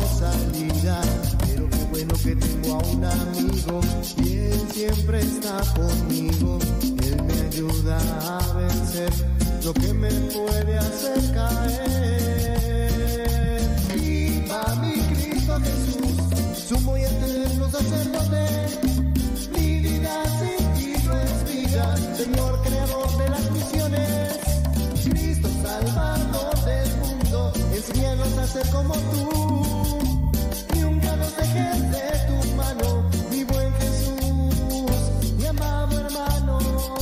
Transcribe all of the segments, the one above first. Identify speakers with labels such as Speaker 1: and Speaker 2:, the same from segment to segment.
Speaker 1: salida, pero qué bueno que tengo a un amigo y él siempre está conmigo. Él me ayuda a vencer lo que me puede hacer caer. Viva mi Cristo Jesús, sumo y eterno sacerdote. Mi vida sin ti no es vida, Señor creador de las misiones. Cristo Salvador del mundo, enséñanos a ser como tú. Nunca nos dejes de tu mano, mi buen Jesús, mi amado hermano.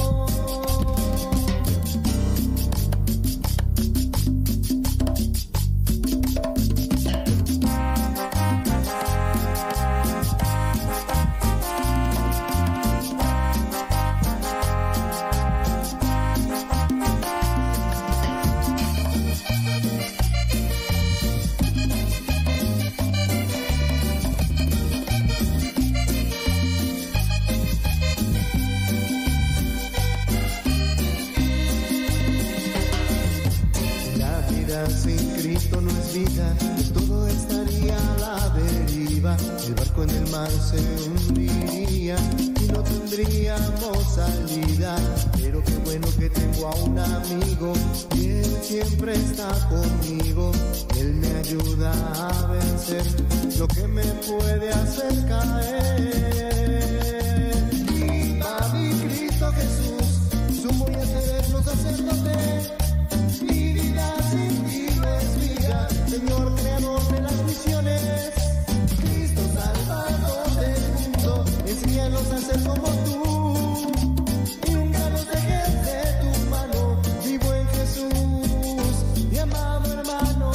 Speaker 1: Sin Cristo no es vida, todo estaría a la deriva. El barco en el mar se hundiría y no tendríamos salida. Pero qué bueno que tengo a un amigo y él siempre está conmigo. Él me ayuda a vencer lo que me puede hacer caer. Viva mi Cristo Jesús, sumo y eterno sacerdote. Mi vida sin ti no es vida, Señor creador de las misiones. Cristo Salvador del mundo, enséñanos a ser como tú. Y nunca nos dejes de tu mano, mi buen Jesús, mi amado hermano.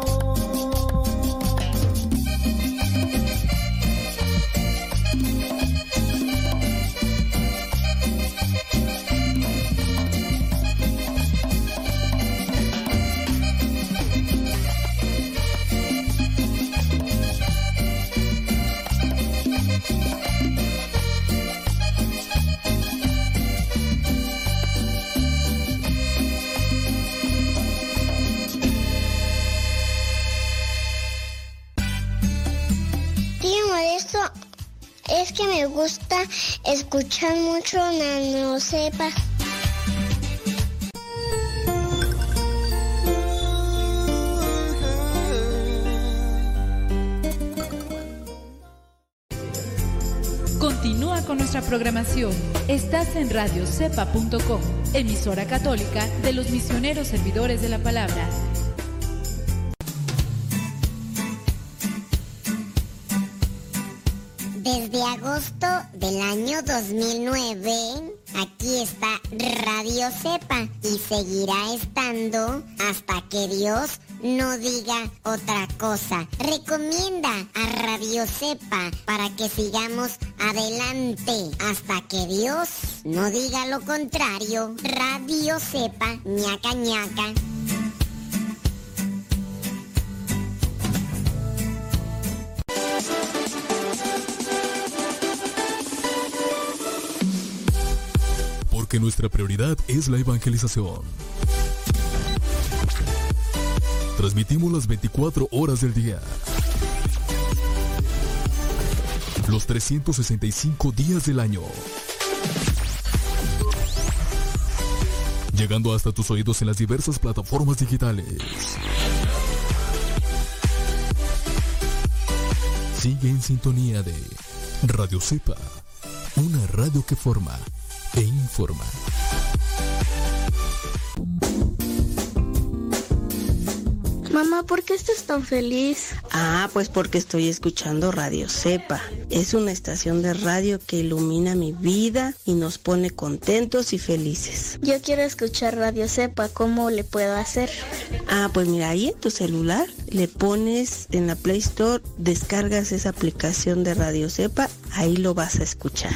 Speaker 2: Es que me gusta escuchar mucho Nano Cepa.
Speaker 3: Continúa con nuestra programación. Estás en radiocepa.com, emisora católica de los misioneros servidores de la palabra.
Speaker 4: Desde agosto del año 2009, aquí está Radio Cepa y seguirá estando hasta que Dios no diga otra cosa. Recomienda a Radio Cepa para que sigamos adelante hasta que Dios no diga lo contrario. Radio Cepa, ñaca ñaca.
Speaker 5: Porque nuestra prioridad es la evangelización. Transmitimos las 24 horas del día, los 365 días del año, llegando hasta tus oídos en las diversas plataformas digitales. Sigue en sintonía de Radio Cepa, una radio que forma e informa.
Speaker 2: Mamá, ¿por qué estás tan feliz?
Speaker 6: Pues porque estoy escuchando Radio Cepa. Es una estación de radio que ilumina mi vida y nos pone contentos y felices.
Speaker 2: Yo quiero escuchar Radio Cepa, ¿cómo le puedo hacer?
Speaker 6: Pues mira, ahí en tu celular le pones en la Play Store, descargas esa aplicación de Radio Cepa, ahí lo vas a escuchar.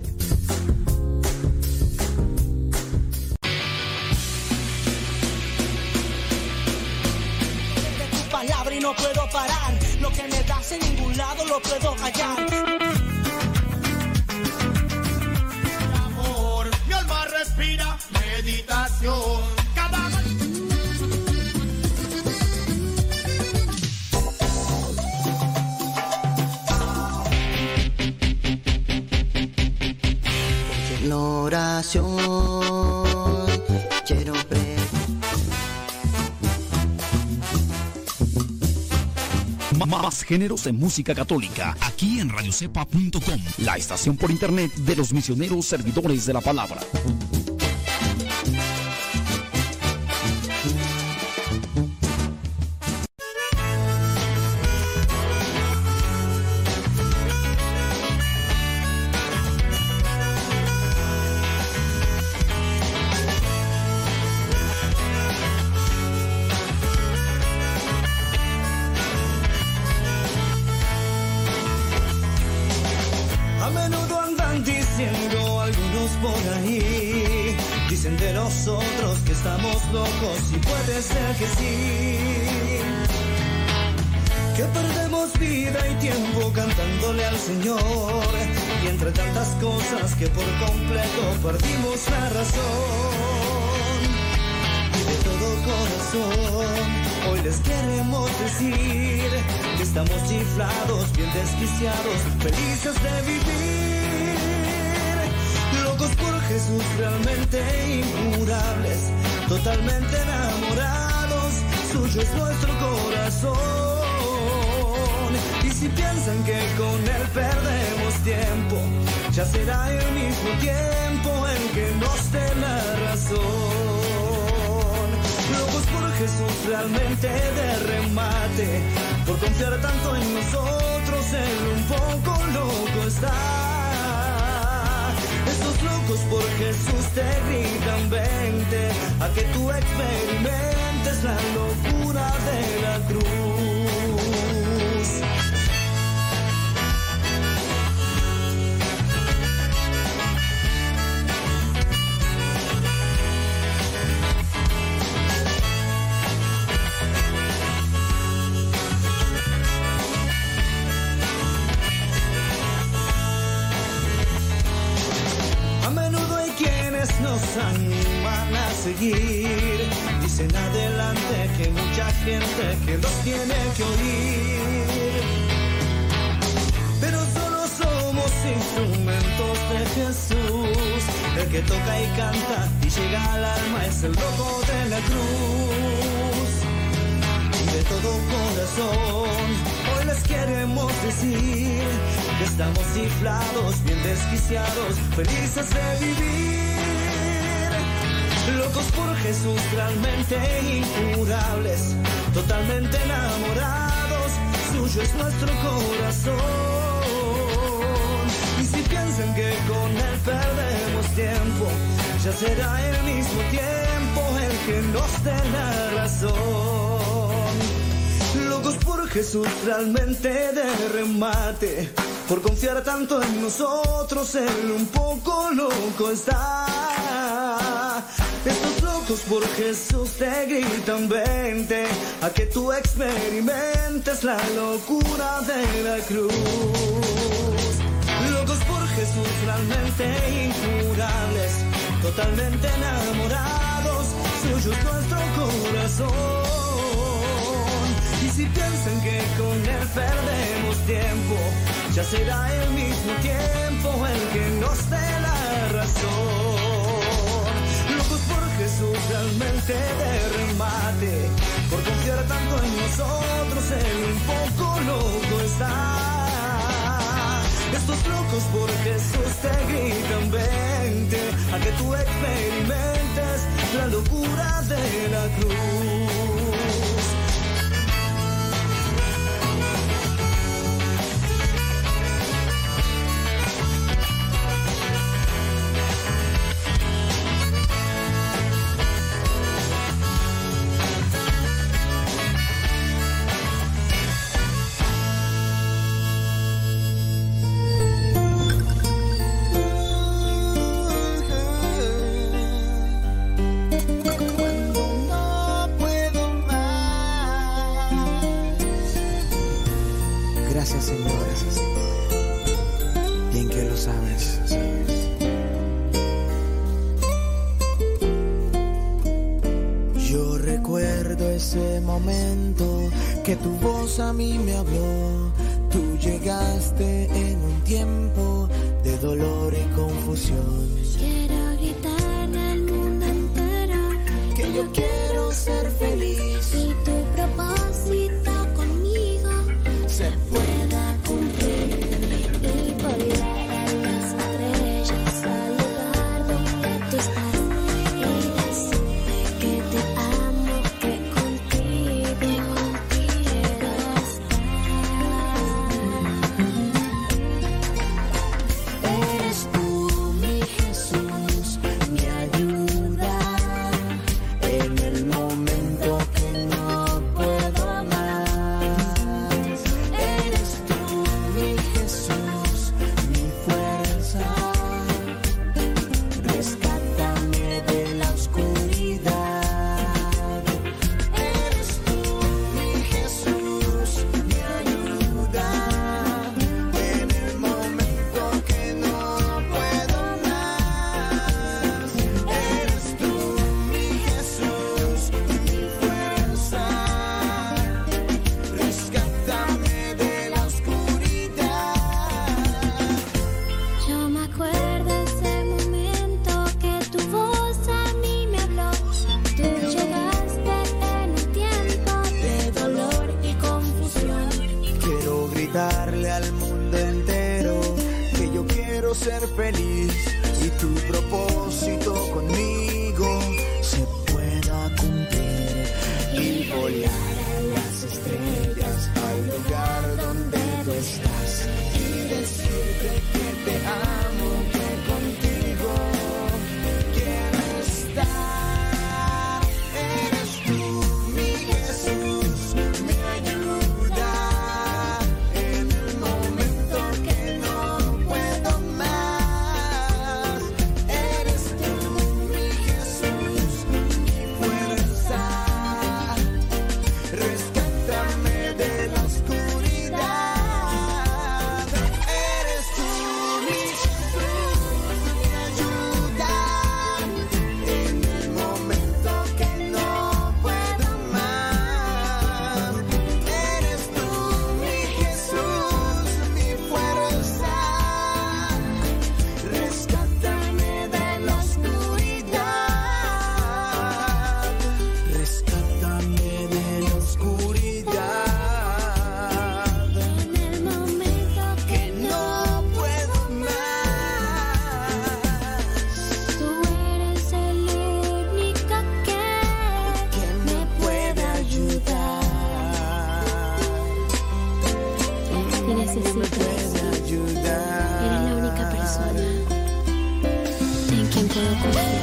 Speaker 7: Y no puedo parar, lo que me das en ningún lado lo puedo hallar.
Speaker 8: Amor, mi alma respira meditación. Cada
Speaker 1: meditación. Quiero ver.
Speaker 9: Más géneros en música católica, aquí en radiocepa.com, la estación por internet de los misioneros servidores de la palabra.
Speaker 7: Nosotros que estamos locos y puede ser que sí, que perdemos vida y tiempo cantándole al Señor, y entre tantas cosas que por completo perdimos la razón. Y de todo corazón hoy les queremos decir que estamos chiflados, bien desquiciados, felices de vivir, locos por Jesús, realmente incurables, totalmente enamorados, suyo es nuestro corazón. Y si piensan que con Él perdemos tiempo, ya será el mismo tiempo en que nos dé la razón. Locos por Jesús, realmente de remate, por confiar tanto en nosotros, Él un poco loco está. Estos locos por Jesús te gritan, vente, a que tú experimentes la locura de la cruz. Nos animan a seguir, dicen adelante que mucha gente que los tiene que oír, pero solo somos instrumentos de Jesús. El que toca y canta y llega al alma es el loco de la cruz. Y de todo corazón hoy les queremos decir que estamos chiflados, bien desquiciados, felices de vivir, locos por Jesús, realmente incurables, totalmente enamorados, suyo es nuestro corazón. Y si piensan que con Él perdemos tiempo, ya será el mismo tiempo el que nos dé la razón. Locos por Jesús, realmente de remate, por confiar tanto en nosotros, Él un poco loco está. Estos locos por Jesús te gritan, vente, a que tú experimentes la locura de la cruz. Locos por Jesús, realmente incurables, totalmente enamorados, suyo es nuestro corazón. Y si piensan que con Él perdemos tiempo, ya será el mismo tiempo el que nos dé la razón. Locos por Jesús, realmente de remate, por confiar tanto en nosotros, Él un poco loco está. Estos locos por Jesús te gritan, vente, a que tú experimentes la locura de la cruz.
Speaker 1: Que tu voz a mí me habló, tú llegaste en un tiempo de dolor y confusión.
Speaker 2: Quiero gritar
Speaker 1: demostrarle al mundo entero que yo quiero ser feliz y tu propósito conmigo se pueda cumplir y volar a las estrellas al lugar donde tú estás y decirte que te amo, que contigo quiero estar. Eres tú, mi Jesús, mi ayuda en el momento que no puedo más. Eres tú, mi Jesús, mi fuerza. Rescátame de la oscuridad. Eres tú, mi Jesús, mi ayuda en el momento que no puedo más. Eres tú, mi Jesús, mi fuerza. Rescátame de la oscuridad. Rescátame de la oscuridad. En el momento que no puedo más. Tú eres el único que me puede ayudar.
Speaker 2: Te necesito. Eres la única persona en quien puedo confiar.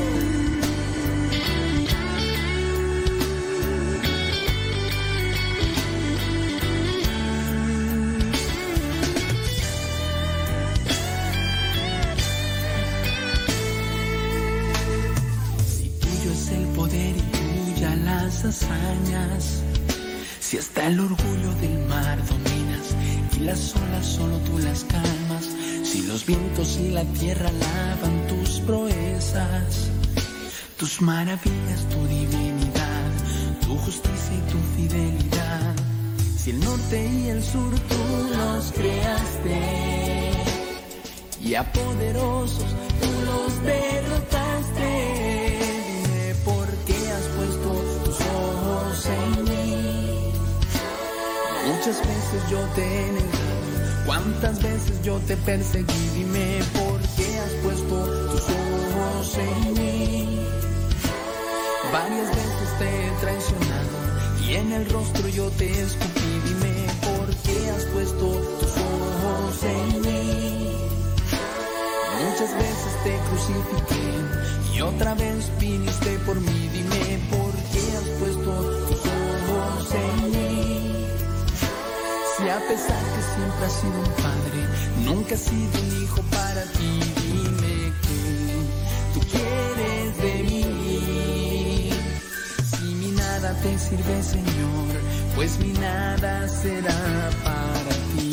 Speaker 1: Si tuyo es el poder y tuya las hazañas, si hasta el orgullo del mar dominas y las olas solo tú las calmas, si los vientos y la tierra alaban tus proezas, tus maravillas, tu divinidad, tu justicia y tu fidelidad, si el norte y el sur tú los creaste y a poderosos tú los derrotaste, dime por qué has puesto tus ojos en mí. Muchas veces yo te he negado, cuántas veces yo te perseguí, dime por qué has puesto tus ojos en mí. Varias veces te he traicionado y en el rostro yo te escupí, dime por qué has puesto tus ojos en mí. Muchas veces te crucifiqué y otra vez viniste por mí, dime por qué has puesto tus ojos en mí. Si a pesar que siempre has sido un padre, nunca has sido un hijo para ti, dime que tú quieres de mí. Si mi nada te sirve, Señor, pues mi nada será para ti.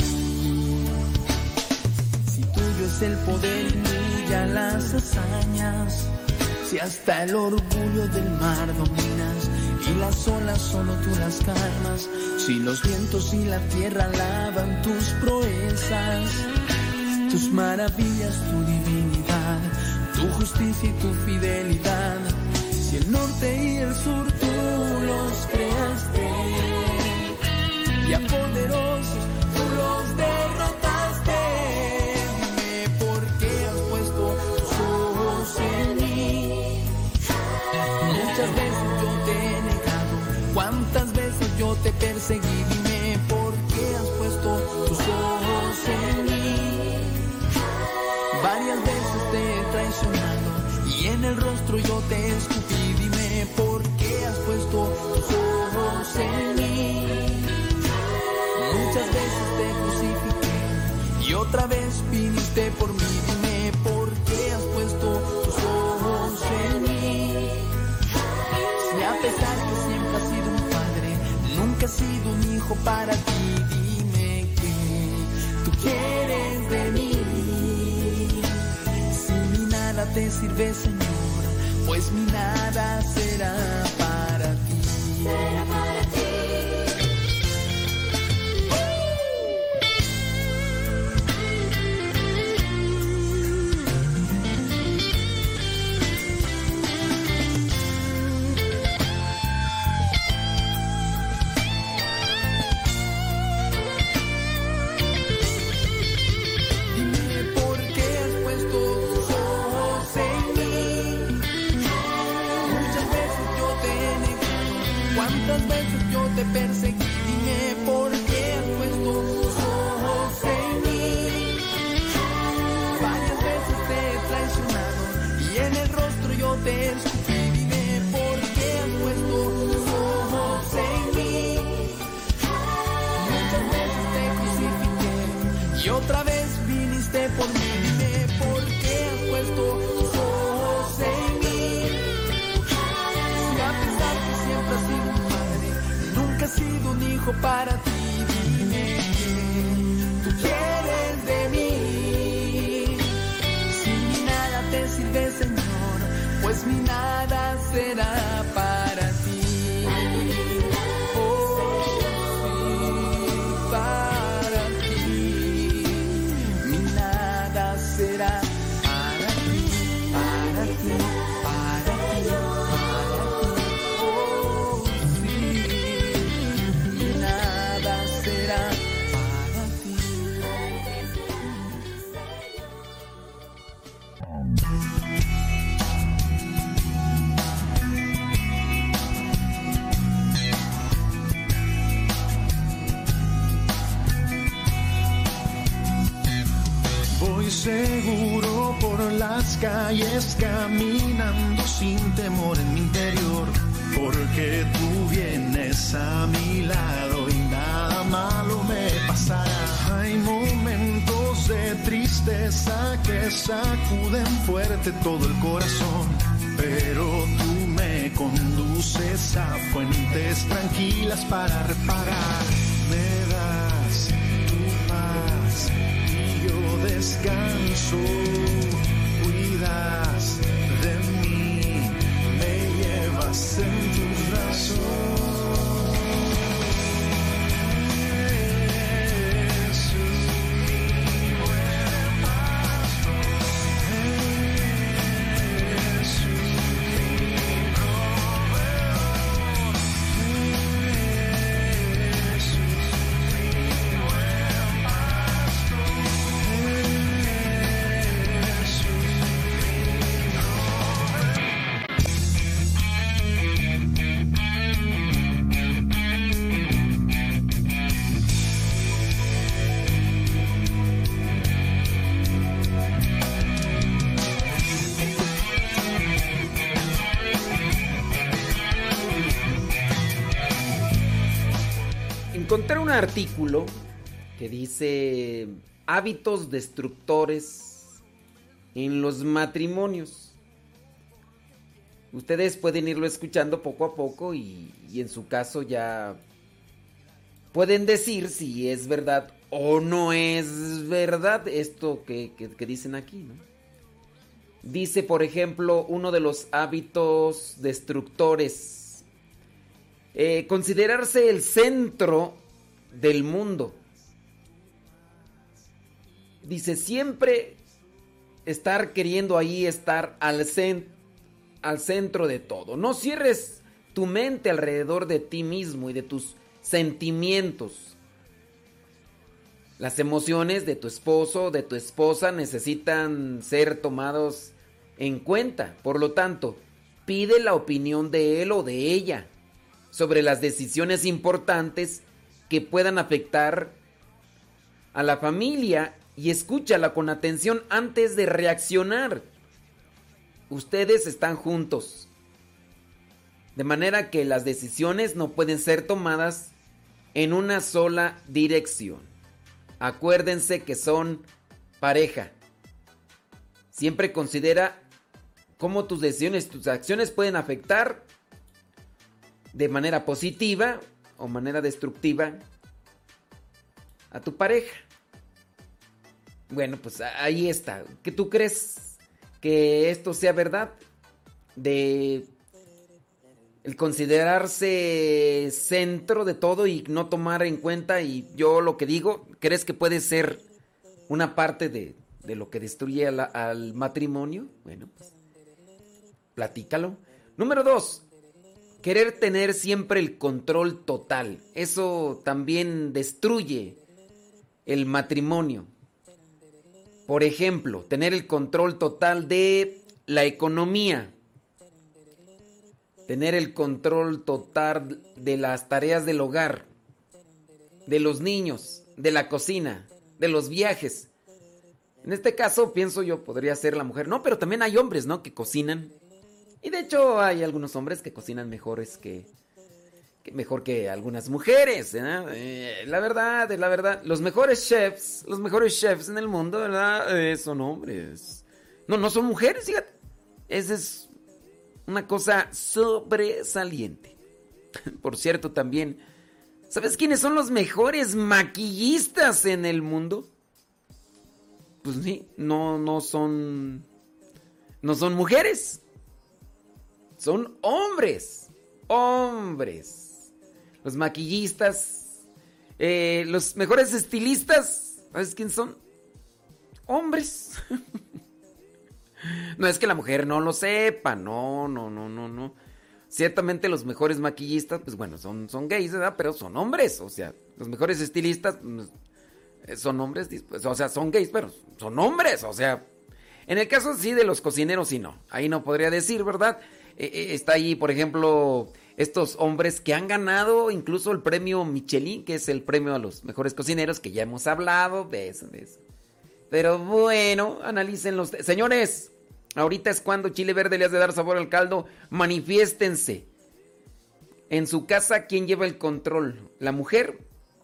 Speaker 1: Si tuyo es el poder y tuya las hazañas, si hasta el orgullo del mar dominas y las olas solo tú las calmas, si los vientos y la tierra alaban tus proezas, tus maravillas, tu divinidad, tu justicia y tu fidelidad, si el norte y el sur tú los creaste y a poderosos tú los derrotaste, dime por qué has puesto tus ojos en mí. Muchas veces yo te he negado, cuántas veces yo te perseguí, dime por qué has puesto tus ojos en mí. Varias veces te he traicionado y en el rostro yo te escupí, dime por qué has puesto tus ojos en mí. Muchas veces te crucifiqué y otra vez viniste por mí, dime por qué has puesto tus ojos en mí. Si a pesar que siempre has sido un padre, nunca has sido un hijo para ti, dime que tú quieres de mí. Si mi nada te sirve, Señor, pues mi nada será para ti. Será para ti.
Speaker 7: Y otra vez viniste por mí, dime por qué has puesto tus ojos en mí. Y a pesar que siempre has sido un padre, nunca has sido un hijo para ti. Dime qué tú quieres de mí. Si mi nada te sirve, Señor, pues mi nada será para ti.
Speaker 1: Seguro por las calles, caminando sin temor en mi interior, porque tú vienes a mi lado y nada malo me pasará. Hay momentos de tristeza que sacuden fuerte todo el corazón, pero tú me conduces a fuentes tranquilas para reparar. Me das tu paz, descanso, cuidas de mí, me llevas en tus brazos.
Speaker 10: Encontré un artículo que dice hábitos destructores en los matrimonios. Ustedes pueden irlo escuchando poco a poco y en su caso ya pueden decir si es verdad o no es verdad esto que dicen aquí, ¿no? Dice, por ejemplo, uno de los hábitos destructores, considerarse el centro del mundo. Dice, siempre estar queriendo ahí estar al centro de todo. No cierres tu mente alrededor de ti mismo y de tus sentimientos. Las emociones de tu esposo, de tu esposa necesitan ser tomados en cuenta. Por lo tanto, pide la opinión de él o de ella sobre las decisiones importantes que puedan afectar a la familia y escúchala con atención antes de reaccionar. Ustedes están juntos, de manera que las decisiones no pueden ser tomadas en una sola dirección. Acuérdense que son pareja. Siempre considera cómo tus decisiones, tus acciones pueden afectar de manera positiva o manera destructiva a tu pareja. Bueno, pues ahí está. ¿Qué tú crees que esto sea verdad? De el considerarse centro de todo y no tomar en cuenta, y yo lo que digo, ¿crees que puede ser una parte de lo que destruye al matrimonio? Bueno, pues platícalo. Número 2. Querer tener siempre el control total. Eso también destruye el matrimonio. Por ejemplo, tener el control total de la economía. Tener el control total de las tareas del hogar, de los niños, de la cocina, de los viajes. En este caso, pienso yo, podría ser la mujer. No, pero también hay hombres, ¿no?, que cocinan. Y de hecho hay algunos hombres que cocinan mejores que mejor que algunas mujeres, la verdad, los mejores chefs en el mundo, ¿verdad? Son hombres. No son mujeres, fíjate. Esa es una cosa sobresaliente. Por cierto, también, ¿sabes quiénes son los mejores maquillistas en el mundo? Pues sí, no son mujeres. Son hombres. Los maquillistas, los mejores estilistas, ¿sabes quién son? Hombres. No es que la mujer no lo sepa, no. Ciertamente los mejores maquillistas, pues bueno, son gays, ¿verdad? Pero son hombres, o sea, los mejores estilistas son hombres, pues, o sea, son gays, pero son hombres, o sea, en el caso sí de los cocineros sí no, ahí no podría decir, ¿verdad? Está ahí, por ejemplo, estos hombres que han ganado incluso el premio Michelin, que es el premio a los mejores cocineros, que ya hemos hablado de eso. Pero bueno, analícenlos. Señores, ahorita es cuando chile verde le has de dar sabor al caldo. Manifiéstense. En su casa, ¿quién lleva el control? ¿La mujer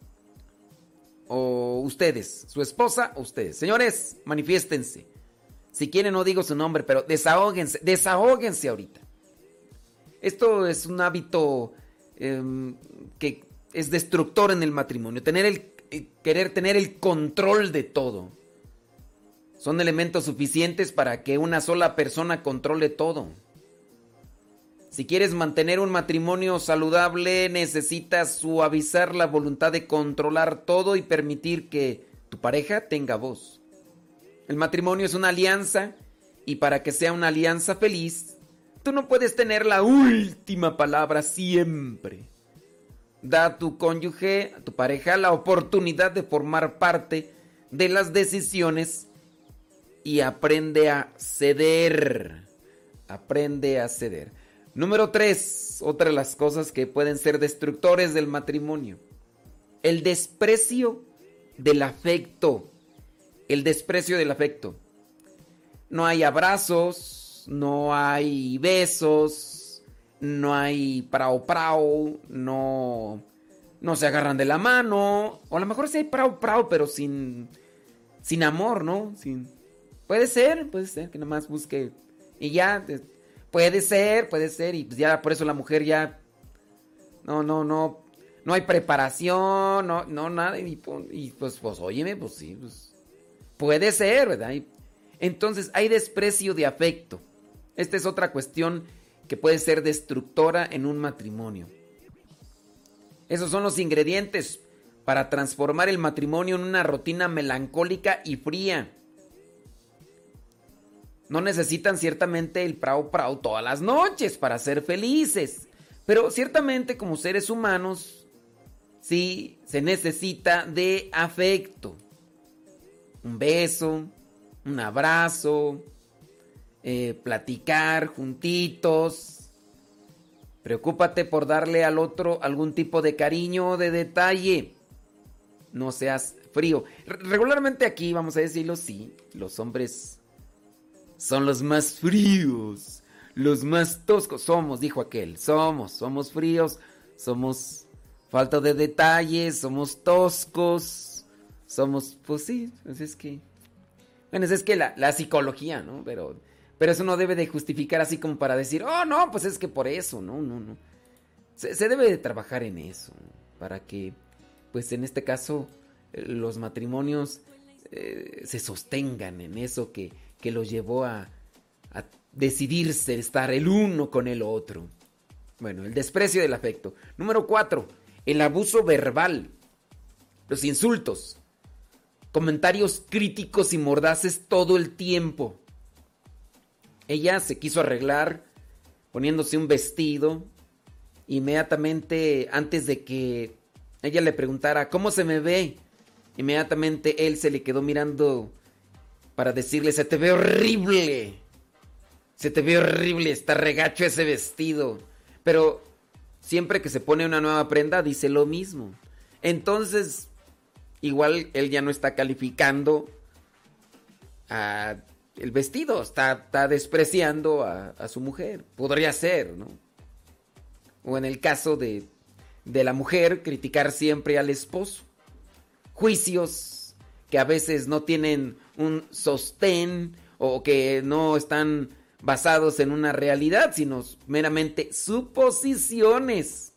Speaker 10: o ustedes? ¿Su esposa o ustedes? Señores, manifiéstense. Si quieren no digo su nombre, pero desahóguense ahorita. Esto es un hábito que es destructor en el matrimonio. Querer tener el control de todo. Son elementos suficientes para que una sola persona controle todo. Si quieres mantener un matrimonio saludable, necesitas suavizar la voluntad de controlar todo y permitir que tu pareja tenga voz. El matrimonio es una alianza y para que sea una alianza feliz, tú no puedes tener la última palabra siempre. Da a tu cónyuge, a tu pareja, la oportunidad de formar parte de las decisiones y aprende a ceder. Aprende a ceder. Número 3, otra de las cosas que pueden ser destructores del matrimonio. El desprecio del afecto. El desprecio del afecto. No hay abrazos, no hay besos, no hay prao, no se agarran de la mano. O a lo mejor sí hay prao, pero sin amor, ¿no? Puede ser que nada más busque y ya. Puede ser, y pues ya por eso la mujer ya no hay preparación, no nada, y pues óyeme, pues sí, pues puede ser, ¿verdad? Entonces hay desprecio de afecto. Esta es otra cuestión que puede ser destructora en un matrimonio. Esos son los ingredientes para transformar el matrimonio en una rutina melancólica y fría. No necesitan ciertamente el prao todas las noches para ser felices. Pero ciertamente como seres humanos, sí se necesita de afecto. Un beso, un abrazo, platicar juntitos. Preocúpate por darle al otro algún tipo de cariño o de detalle. No seas frío. Regularmente aquí, vamos a decirlo, sí, los hombres son los más fríos, los más toscos. Somos, dijo aquel, somos fríos, somos falta de detalles, somos toscos, somos, pues sí, pues es que... Bueno, es que la psicología, ¿no? Pero eso no debe de justificar así como para decir, oh, no, pues es que por eso, no. Se debe de trabajar en eso, para que, pues en este caso, los matrimonios se sostengan en eso que los llevó a decidirse estar el uno con el otro. Bueno, el desprecio del afecto. Número 4, el abuso verbal. Los insultos. Comentarios críticos y mordaces todo el tiempo. Ella se quiso arreglar poniéndose un vestido. Inmediatamente antes de que ella le preguntara ¿cómo se me ve? Inmediatamente él se le quedó mirando para decirle, se te ve horrible. Se te ve horrible, está regacho ese vestido. Pero siempre que se pone una nueva prenda dice lo mismo. Entonces, igual él ya no está calificando el vestido, está despreciando a su mujer. Podría ser, ¿no? O en el caso de de la mujer, criticar siempre al esposo. Juicios que a veces no tienen un sostén o que no están basados en una realidad, sino meramente suposiciones.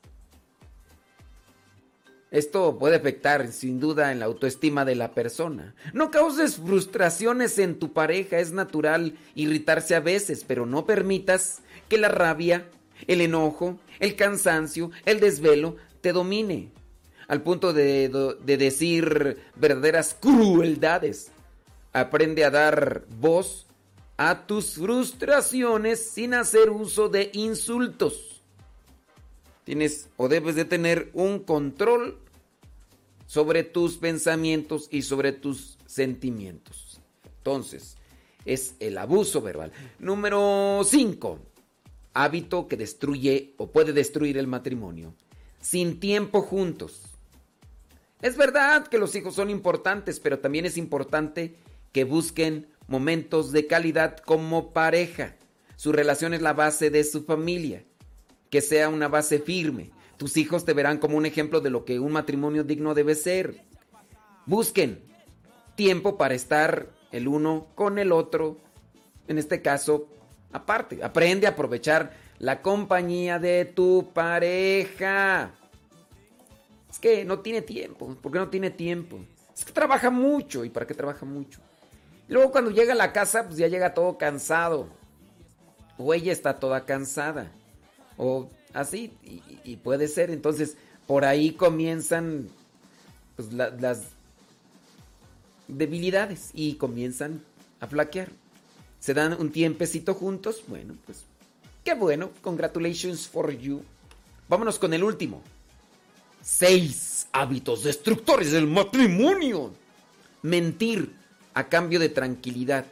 Speaker 10: Esto puede afectar sin duda en la autoestima de la persona. No causes frustraciones en tu pareja, es natural irritarse a veces, pero no permitas que la rabia, el enojo, el cansancio, el desvelo te domine, al punto de decir verdaderas crueldades. Aprende a dar voz a tus frustraciones sin hacer uso de insultos. Tienes o debes de tener un control sobre tus pensamientos y sobre tus sentimientos. Entonces, es el abuso verbal. Número 5. Hábito que destruye o puede destruir el matrimonio. Sin tiempo juntos. Es verdad que los hijos son importantes, pero también es importante que busquen momentos de calidad como pareja. Su relación es la base de su familia. Que sea una base firme. Tus hijos te verán como un ejemplo de lo que un matrimonio digno debe ser. Busquen tiempo para estar el uno con el otro. En este caso, aparte. Aprende a aprovechar la compañía de tu pareja. Es que no tiene tiempo. ¿Por qué no tiene tiempo? Es que trabaja mucho. ¿Y para qué trabaja mucho? Y luego cuando llega a la casa, pues ya llega todo cansado. O ella está toda cansada. O así, y puede ser. Entonces, por ahí comienzan pues, las debilidades y comienzan a flaquear. Se dan un tiempecito juntos. Bueno, pues, qué bueno. Congratulations for you. Vámonos con el último. 6 hábitos destructores del matrimonio. Mentir a cambio de tranquilidad.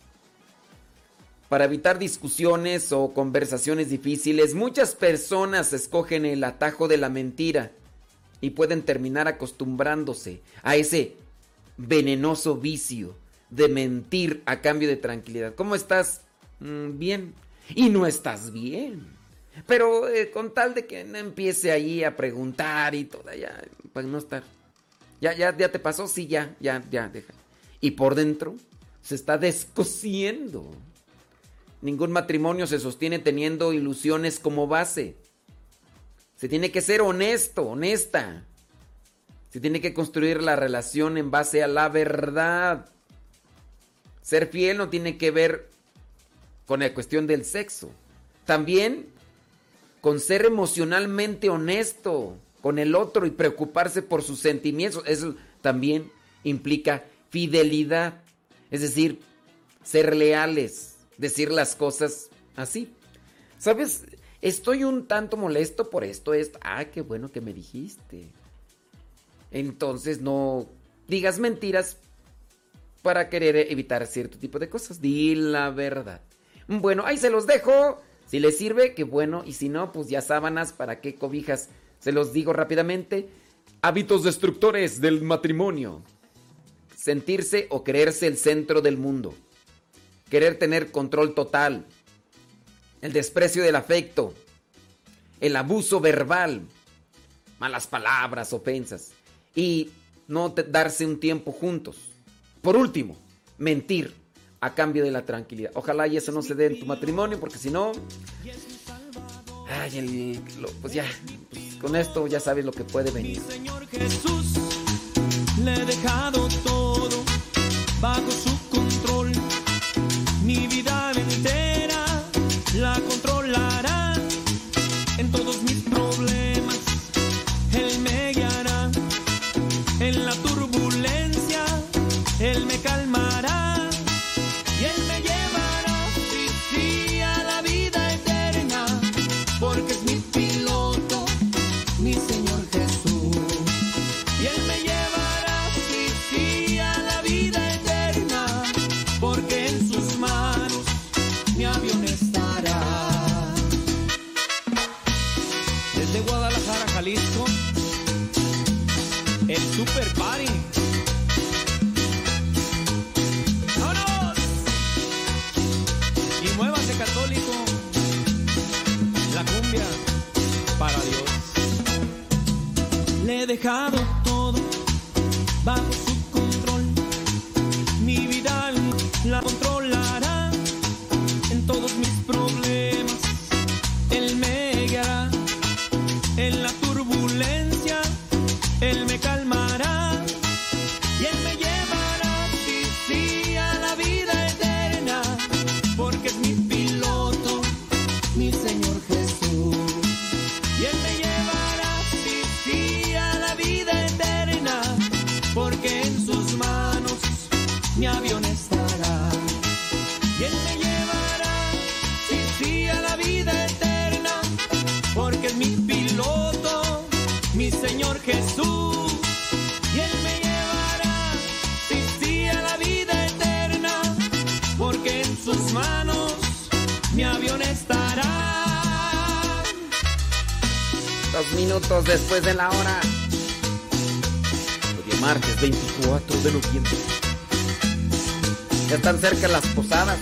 Speaker 10: Para evitar discusiones o conversaciones difíciles, muchas personas escogen el atajo de la mentira y pueden terminar acostumbrándose a ese venenoso vicio de mentir a cambio de tranquilidad. ¿Cómo estás? Bien. Y no estás bien. Pero con tal de que no empiece ahí a preguntar y todo, ya, para no estar. ¿Ya te pasó? Sí, ya, deja. Y por dentro se está descosiendo. Ningún matrimonio se sostiene teniendo ilusiones como base. Se tiene que ser honesto, honesta. Se tiene que construir la relación en base a la verdad. Ser fiel no tiene que ver con la cuestión del sexo. También con ser emocionalmente honesto con el otro y preocuparse por sus sentimientos. Eso también implica fidelidad. Es decir, ser leales. Decir las cosas así. ¿Sabes? Estoy un tanto molesto por esto. Qué bueno que me dijiste. Entonces no digas mentiras para querer evitar cierto tipo de cosas. Di la verdad. Bueno, ahí se los dejo. Si les sirve, qué bueno. Y si no, pues ya sábanas, ¿para qué cobijas? Se los digo rápidamente. Hábitos destructores del matrimonio. Sentirse o creerse el centro del mundo. Querer tener control total, el desprecio del afecto, el abuso verbal, malas palabras, ofensas y no darse un tiempo juntos. Por último, mentir a cambio de la tranquilidad. Ojalá y eso no se dé en tu matrimonio, porque si no, pues con esto ya sabes lo que puede venir.
Speaker 7: Mi Señor Jesús, le he dejado todo bajo su control. Mi vida entera la controlará. En todos mis problemas Él me guiará. En la turbulencia Él me calmará. Y Él me llevará, sí, a la vida eterna. Porque es mi piloto, mi Señor Jesús. Y Él me llevará, sí, dejado todo bajo su control. Mi vida la controlará en todos mis problemas. Él me guiará en la turbulencia. Él me calmará y Él me llevará, sí, sí, a la vida eterna, porque es mi piloto, mi Señor Jesús. Y Él me llevará, sí, sí, a la vida eterna, porque en sus manos mi avión estará. Y Él me llevará, sí, sí, a la vida eterna, porque es mi piloto, mi Señor Jesús. Y Él me llevará, sí, sí, a la vida eterna, porque en sus manos mi avión estará.
Speaker 10: 2 minutos después de la hora. Hoy es martes 24 de noviembre. Ya están cerca las posadas.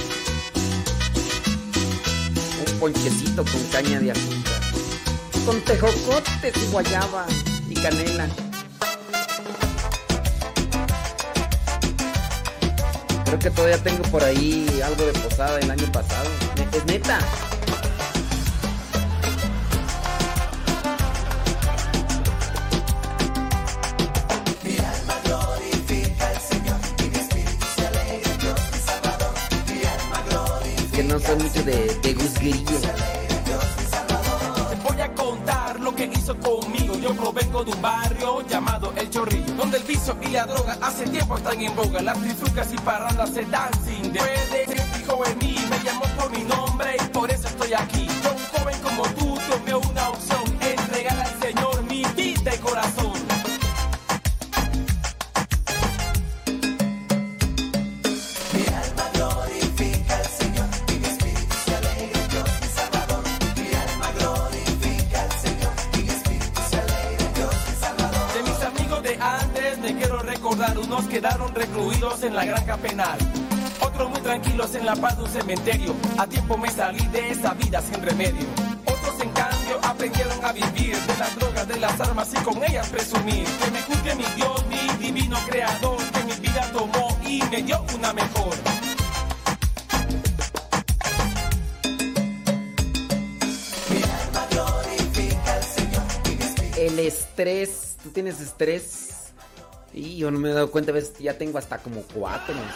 Speaker 10: Un ponchecito con caña de azúcar, con tejocotes y guayaba y canela. Creo que todavía tengo por ahí algo de posada del año pasado. Es neta.
Speaker 1: Mi alma glorifica al Señor y mi espíritu se alegra en Dios mi Salvador. Mi alma glorifica.
Speaker 10: Que no soy mucho de gusguerillo.
Speaker 11: Te voy a contar lo que hizo conmigo. Yo provengo de un barrio llamado El Chorrillo, donde el vicio y la droga hace tiempo están en boga. Las trifulcas y parrandas se dan sin de. Puede ser fijo en mí, me llamó por mi nombre y por eso estoy aquí. Yo, un joven como tú, tomé una opción, entregar al Señor mi vida y corazón.
Speaker 1: Mi alma glorifica al Señor y mi espíritu se alegra en Dios mi Salvador. Mi alma glorifica al Señor y mi espíritu se alegra en Dios mi Salvador.
Speaker 11: De mis amigos de antes me quiero recordar, unos quedaron recluidos en la granja penal, otros muy tranquilos en la paz de un cementerio. A tiempo me salí de esa vida sin remedio. Otros en cambio aprendieron a vivir de las drogas, de las armas y con ellas presumir. Que me juzgue mi Dios, mi divino creador, que mi vida tomó y me dio una mejor.
Speaker 1: Mi alma glorifica al Señor y mi espíritu.
Speaker 10: El estrés. ¿Tú tienes estrés? Y yo no me he dado cuenta, ves, ya tengo hasta como 4 o 5.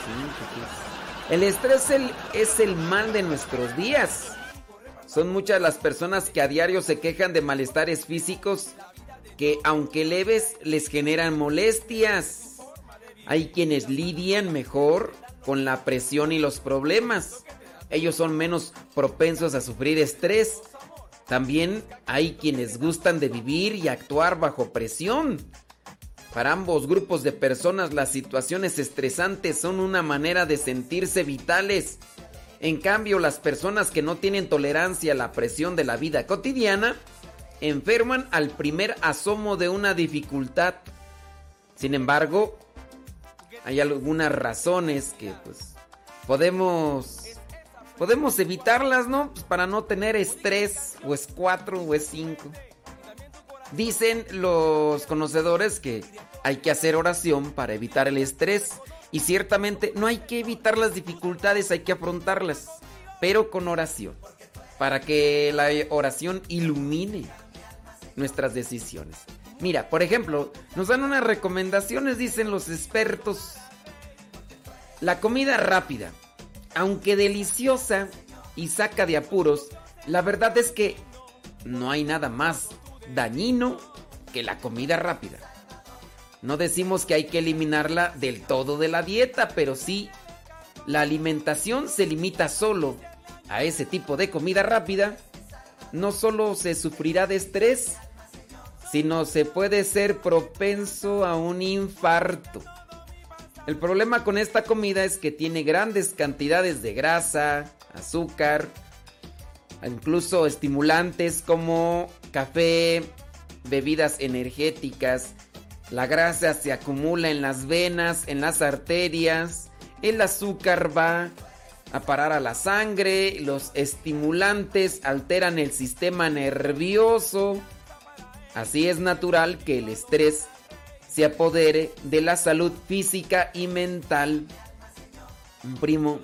Speaker 10: El estrés es el mal de nuestros días. Son muchas las personas que a diario se quejan de malestares físicos que, aunque leves, les generan molestias. Hay quienes lidian mejor con la presión y los problemas. Ellos son menos propensos a sufrir estrés. También hay quienes gustan de vivir y actuar bajo presión. Para ambos grupos de personas, las situaciones estresantes son una manera de sentirse vitales. En cambio, las personas que no tienen tolerancia a la presión de la vida cotidiana enferman al primer asomo de una dificultad. Sin embargo, hay algunas razones que pues podemos evitarlas, ¿no? Pues para no tener estrés, o es 4 o es 5. Dicen los conocedores que hay que hacer oración para evitar el estrés. Y ciertamente no hay que evitar las dificultades, hay que afrontarlas, pero con oración, para que la oración ilumine nuestras decisiones. Mira, por ejemplo, nos dan unas recomendaciones, dicen los expertos. La comida rápida, aunque deliciosa y saca de apuros, la verdad es que no hay nada más dañino que la comida rápida. No decimos que hay que eliminarla del todo de la dieta, pero sí, la alimentación se limita solo a ese tipo de comida rápida. No solo se sufrirá de estrés, sino se puede ser propenso a un infarto. El problema con esta comida es que tiene grandes cantidades de grasa, azúcar, incluso estimulantes como café, bebidas energéticas. La grasa se acumula en las venas, en las arterias, el azúcar va a parar a la sangre, los estimulantes alteran el sistema nervioso Así es natural que el estrés se apodere de la salud física y mental. Un primo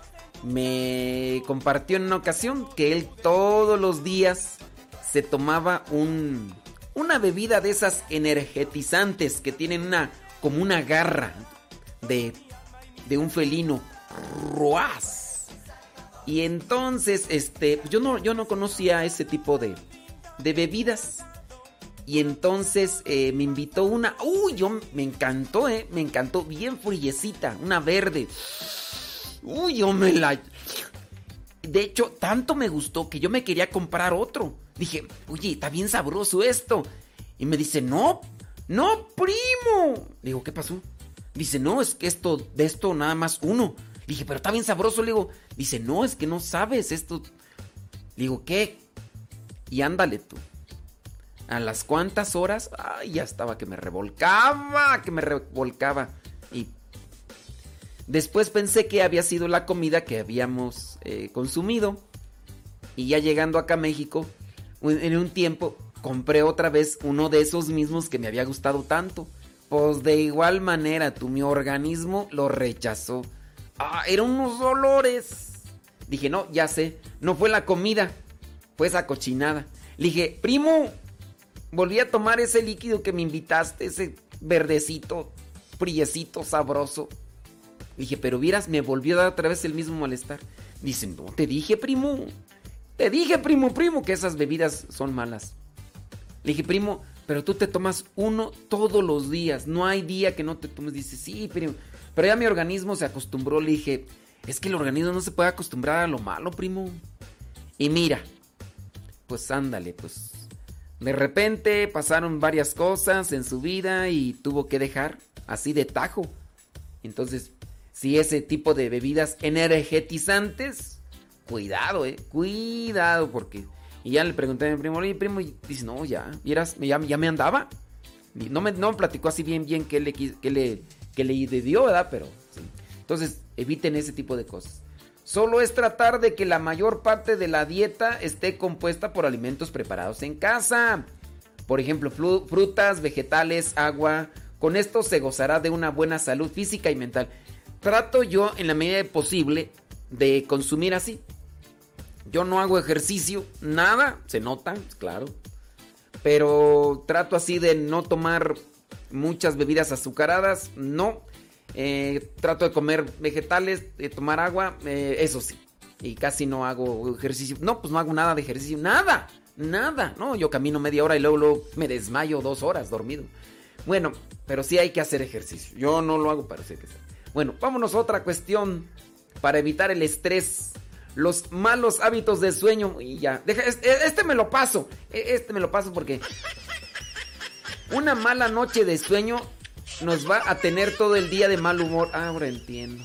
Speaker 10: me compartió en una ocasión que él todos los días se tomaba una bebida de esas energetizantes que tienen como una garra de un felino. ¡Ruaz! Y entonces, yo no conocía ese tipo de bebidas. Y entonces me invitó una. ¡Uy! Me encantó, me encantó. Bien friecita, una verde. ¡Uy! Yo me la. De hecho, tanto me gustó que yo me quería comprar otro. Dije, oye, está bien sabroso esto. Y me dice, no, primo. Le digo, ¿qué pasó? Dice, no, es que de esto nada más uno. Le dije, pero está bien sabroso. Le digo, dice, no, es que no sabes esto. Le digo, ¿qué? Y ándale tú. A las cuantas horas, ay, ya estaba que me revolcaba. Y después pensé que había sido la comida que habíamos consumido. Y ya llegando acá a México, en un tiempo, compré otra vez uno de esos mismos que me había gustado tanto. Pues de igual manera, mi organismo lo rechazó. Eran unos olores. Dije, no, ya sé, no fue la comida, fue esa cochinada. Le dije, primo, volví a tomar ese líquido que me invitaste, ese verdecito, friecito, sabroso. Le dije, pero vieras, me volvió a dar otra vez el mismo malestar. Dice, no, te dije, primo, que esas bebidas son malas. Le dije, primo, pero tú te tomas uno todos los días, no hay día que no te tomes. Dice, sí, primo, pero ya mi organismo se acostumbró. Le dije, es que el organismo no se puede acostumbrar a lo malo, primo. Y mira, pues ándale, pues de repente pasaron varias cosas en su vida y tuvo que dejar así de tajo. Entonces, si ese tipo de bebidas energetizantes, cuidado, cuidado, porque... Y ya le pregunté a mi primo, oye, primo, y dice, no, ya me andaba. Y no me platicó así bien qué le dio, ¿verdad? Pero sí. Entonces, eviten ese tipo de cosas. Solo es tratar de que la mayor parte de la dieta esté compuesta por alimentos preparados en casa. Por ejemplo, frutas, vegetales, agua. Con esto se gozará de una buena salud física y mental. Trato yo, en la medida posible, de consumir así. Yo no hago ejercicio, nada, se nota, claro. Pero trato así de no tomar muchas bebidas azucaradas, no. Trato de comer vegetales, de tomar agua, eso sí. Y casi no hago ejercicio. No, pues no hago nada de ejercicio, nada. No, yo camino media hora y luego me desmayo 2 horas dormido. Bueno, pero sí hay que hacer ejercicio. Yo no lo hago, pero sí hay que hacer. Bueno, vámonos a otra cuestión para evitar el estrés. Los malos hábitos de sueño. Y ya, este me lo paso. Este me lo paso porque una mala noche de sueño nos va a tener todo el día de mal humor. Ahora entiendo.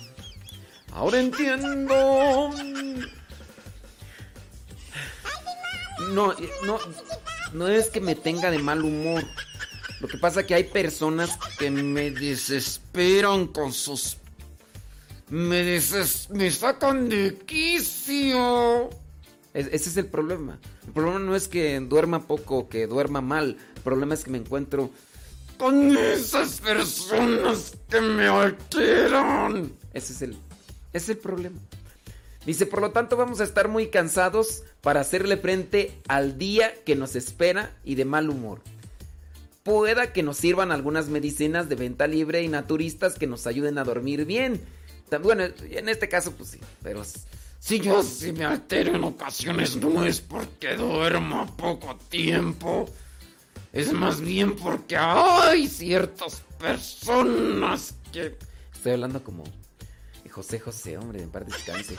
Speaker 10: No es que me tenga de mal humor. Lo que pasa es que hay personas que me desesperan con sus... Me sacan de quicio. Ese es el problema. El problema no es que duerma poco o que duerma mal. El problema es que me encuentro con esas personas que me alteran. Ese es el problema. Dice, por lo tanto vamos a estar muy cansados para hacerle frente al día que nos espera y de mal humor. Pueda que nos sirvan algunas medicinas de venta libre y naturistas que nos ayuden a dormir bien. Bueno, en este caso pues sí, pero si yo sí me altero en ocasiones no es porque duerma poco tiempo, es más bien porque hay ciertas personas que... Estoy hablando como José, hombre, en paz descanse.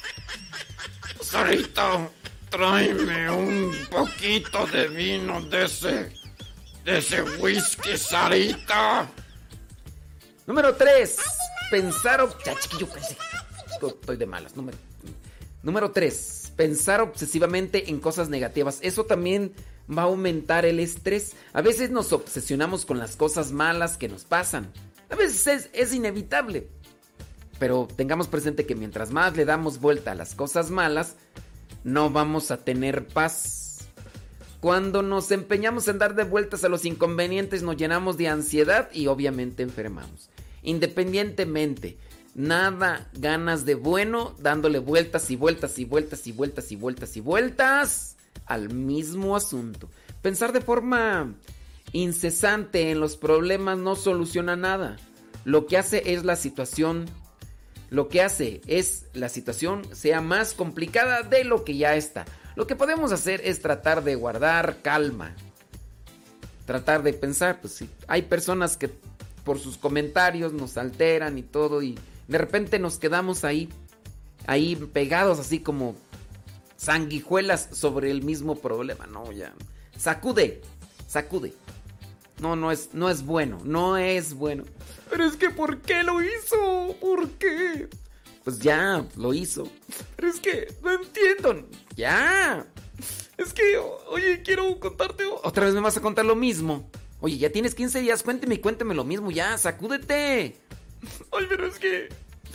Speaker 10: Sarita, tráeme un poquito de vino de ese whisky, Sarita. Número 3. Ya, chiquillo, pensé. Estoy de malas. Número 3. Pensar obsesivamente en cosas negativas. Eso también va a aumentar el estrés. A veces nos obsesionamos con las cosas malas que nos pasan. A veces es inevitable. Pero tengamos presente que mientras más le damos vuelta a las cosas malas, no vamos a tener paz. Cuando nos empeñamos en dar de vueltas a los inconvenientes, nos llenamos de ansiedad y obviamente enfermamos. Independientemente, nada ganas de bueno dándole vueltas y vueltas y vueltas y vueltas y vueltas y vueltas al mismo asunto. Pensar de forma incesante en los problemas no soluciona nada. Lo que hace es la situación sea más complicada de lo que ya está. Lo que podemos hacer es tratar de guardar calma. Tratar de pensar, pues sí, hay personas que por sus comentarios nos alteran y todo, y de repente nos quedamos ahí pegados así como sanguijuelas sobre el mismo problema. No, ya. Sacude. No es bueno. Pero es que ¿por qué lo hizo? ¿Por qué? Pues ya, lo hizo. Pero es que no entiendo. Ya. Es que, oye, quiero contarte. Otra vez me vas a contar lo mismo. Oye, ya tienes 15 días, cuénteme lo mismo, ya, sacúdete. Ay, pero es que...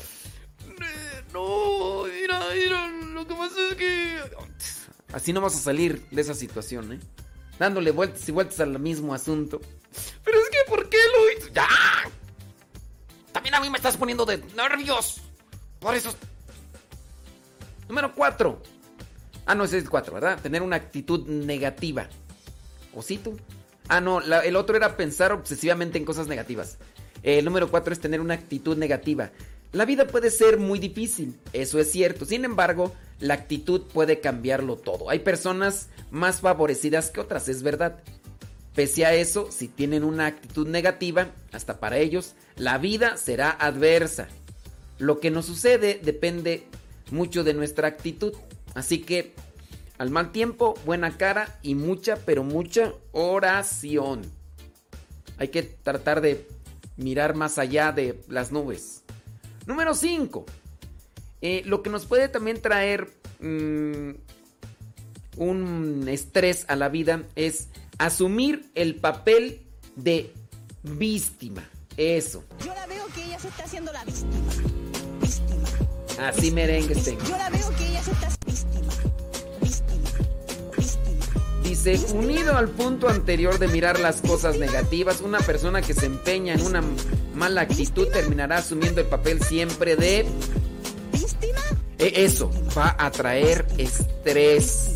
Speaker 10: No, mira, lo que pasa es que... Así no vas a salir de esa situación, ¿eh? Dándole vueltas y vueltas al mismo asunto. Pero es que, ¿por qué lo hizo? ¡Ya! También a mí me estás poniendo de nervios. Por eso... Número 4. Ah, no, ese es el 4, ¿verdad? Tener una actitud negativa. ¿O sí tú? Ah, no, el otro era pensar obsesivamente en cosas negativas. El número 4 es tener una actitud negativa. La vida puede ser muy difícil, eso es cierto. Sin embargo, la actitud puede cambiarlo todo. Hay personas más favorecidas que otras, es verdad. Pese a eso, si tienen una actitud negativa, hasta para ellos, la vida será adversa. Lo que nos sucede depende mucho de nuestra actitud. Así que, al mal tiempo, buena cara y mucha, pero mucha oración. Hay que tratar de mirar más allá de las nubes. Número 5. Lo que nos puede también traer un estrés a la vida es asumir el papel de víctima. Eso.
Speaker 12: Yo la veo que ella se está haciendo la víctima.
Speaker 10: Así merengue tengo.
Speaker 12: Yo la veo que ella se está víctima.
Speaker 10: Dice, unido al punto anterior de mirar las cosas negativas, una persona que se empeña en una mala actitud terminará asumiendo el papel siempre de...
Speaker 12: ¿Víctima?
Speaker 10: Eso, va a traer estrés.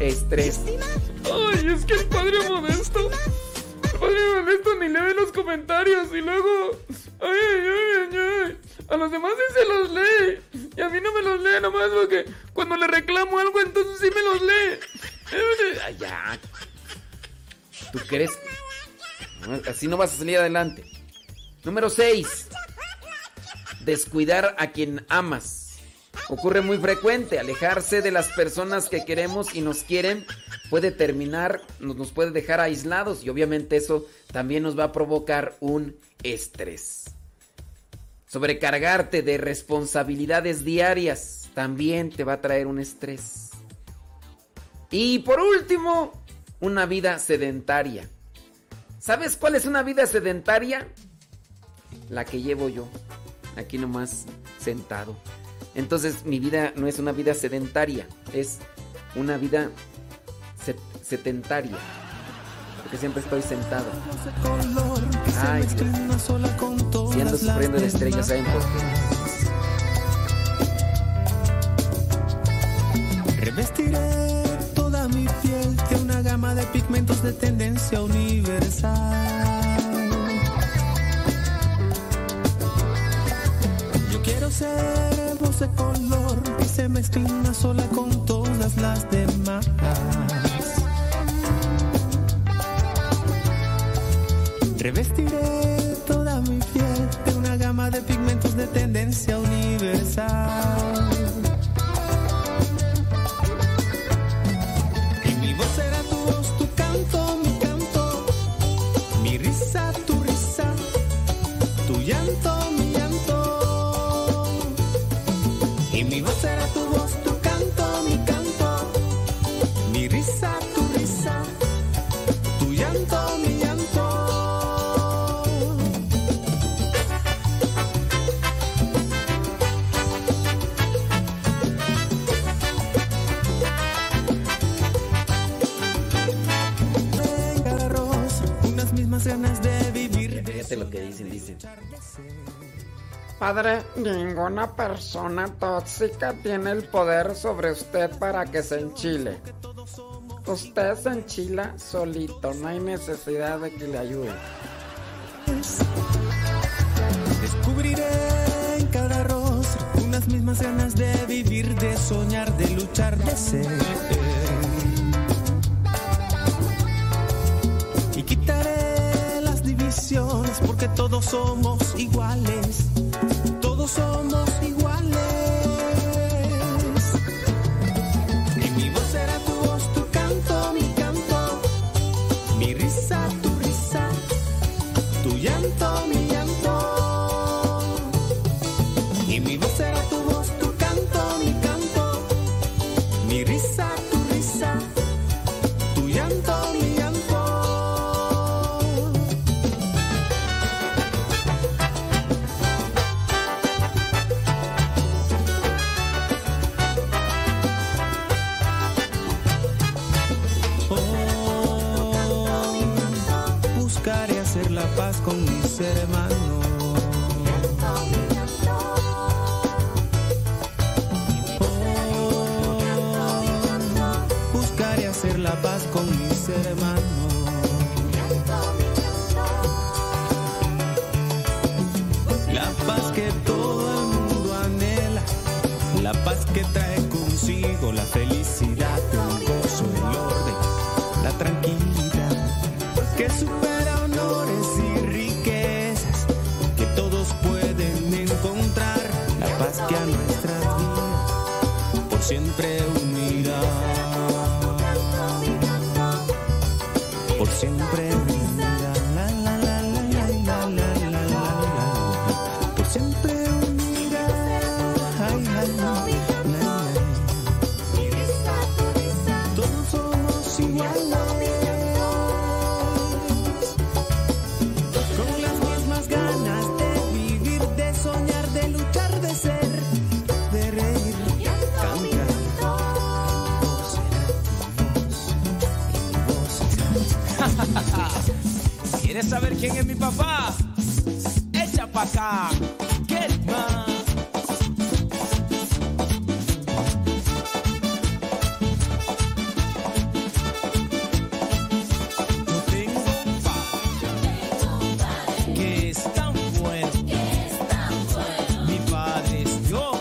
Speaker 10: Ay, es que el padre Modesto ni lee los comentarios y luego... Ay. A los demás sí se los lee. Y a mí no me los lee nomás porque cuando le reclamo algo entonces sí me los lee. Ay, ya. ¿Tú crees? Así no vas a salir adelante. Número 6. Descuidar a quien amas. Ocurre muy frecuente. Alejarse de las personas que queremos y nos quieren puede nos puede dejar aislados. Y obviamente eso también nos va a provocar un estrés. Sobrecargarte de responsabilidades diarias también te va a traer un estrés. Y por último, una vida sedentaria. ¿Sabes cuál es una vida sedentaria? La que llevo yo, aquí nomás sentado. Entonces mi vida no es una vida sedentaria, es una vida sedentaria. Porque siempre estoy sentado. Ay, Dios. Si ando sufriendo de estrés, ya saben por qué.
Speaker 13: Revestiré toda mi piel de una gama de pigmentos de tendencia universal. Yo quiero ser voz de color que se mezcle una sola con todas las demás. Revestiré toda mi piel de una gama de pigmentos de tendencia universal. Y mi voz será tu voz, tu canto, mi canto, mi risa, tu risa, tu llanto, mi llanto. Y mi voz será tu voz, tu canto, mi canto, mi risa, tu risa, tu llanto, mi llanto. ganas de vivir.
Speaker 10: Fíjate lo que dicen.
Speaker 14: Padre, ninguna persona tóxica tiene el poder sobre usted para que se enchile. Usted se enchila solito, no hay necesidad de que le ayude.
Speaker 13: Descubriré en cada rostro unas mismas ganas de vivir, de soñar, de luchar, de ser. Y quitaré las divisiones porque todos somos iguales. Todos somos iguales. Y mi voz será tu voz, tu canto, mi canto. Mi risa, tu risa. Tu llanto, mi llanto. Y mi voz será tu voz, tu canto, mi canto. Mi risa, tu risa. Tu llanto, mi llanto. Buscaré hacer la paz con mis hermanos. Buscaré hacer la paz con mis hermanos. La paz que todo el mundo anhela, la paz que trae consigo la felicidad, el gozo, el orden, la tranquilidad, que supera honores y riquezas, que todos pueden encontrar, la paz que a nuestras vidas por siempre unirá, por siempre unirá, la la la la la la la la la, por siempre unirá, ay, ay, ay, todos somos iguales.
Speaker 11: ¿Quieres saber quién es mi papá? Echa pa' acá. ¿Qué más? Yo tengo un padre que es tan bueno. Mi padre es Dios.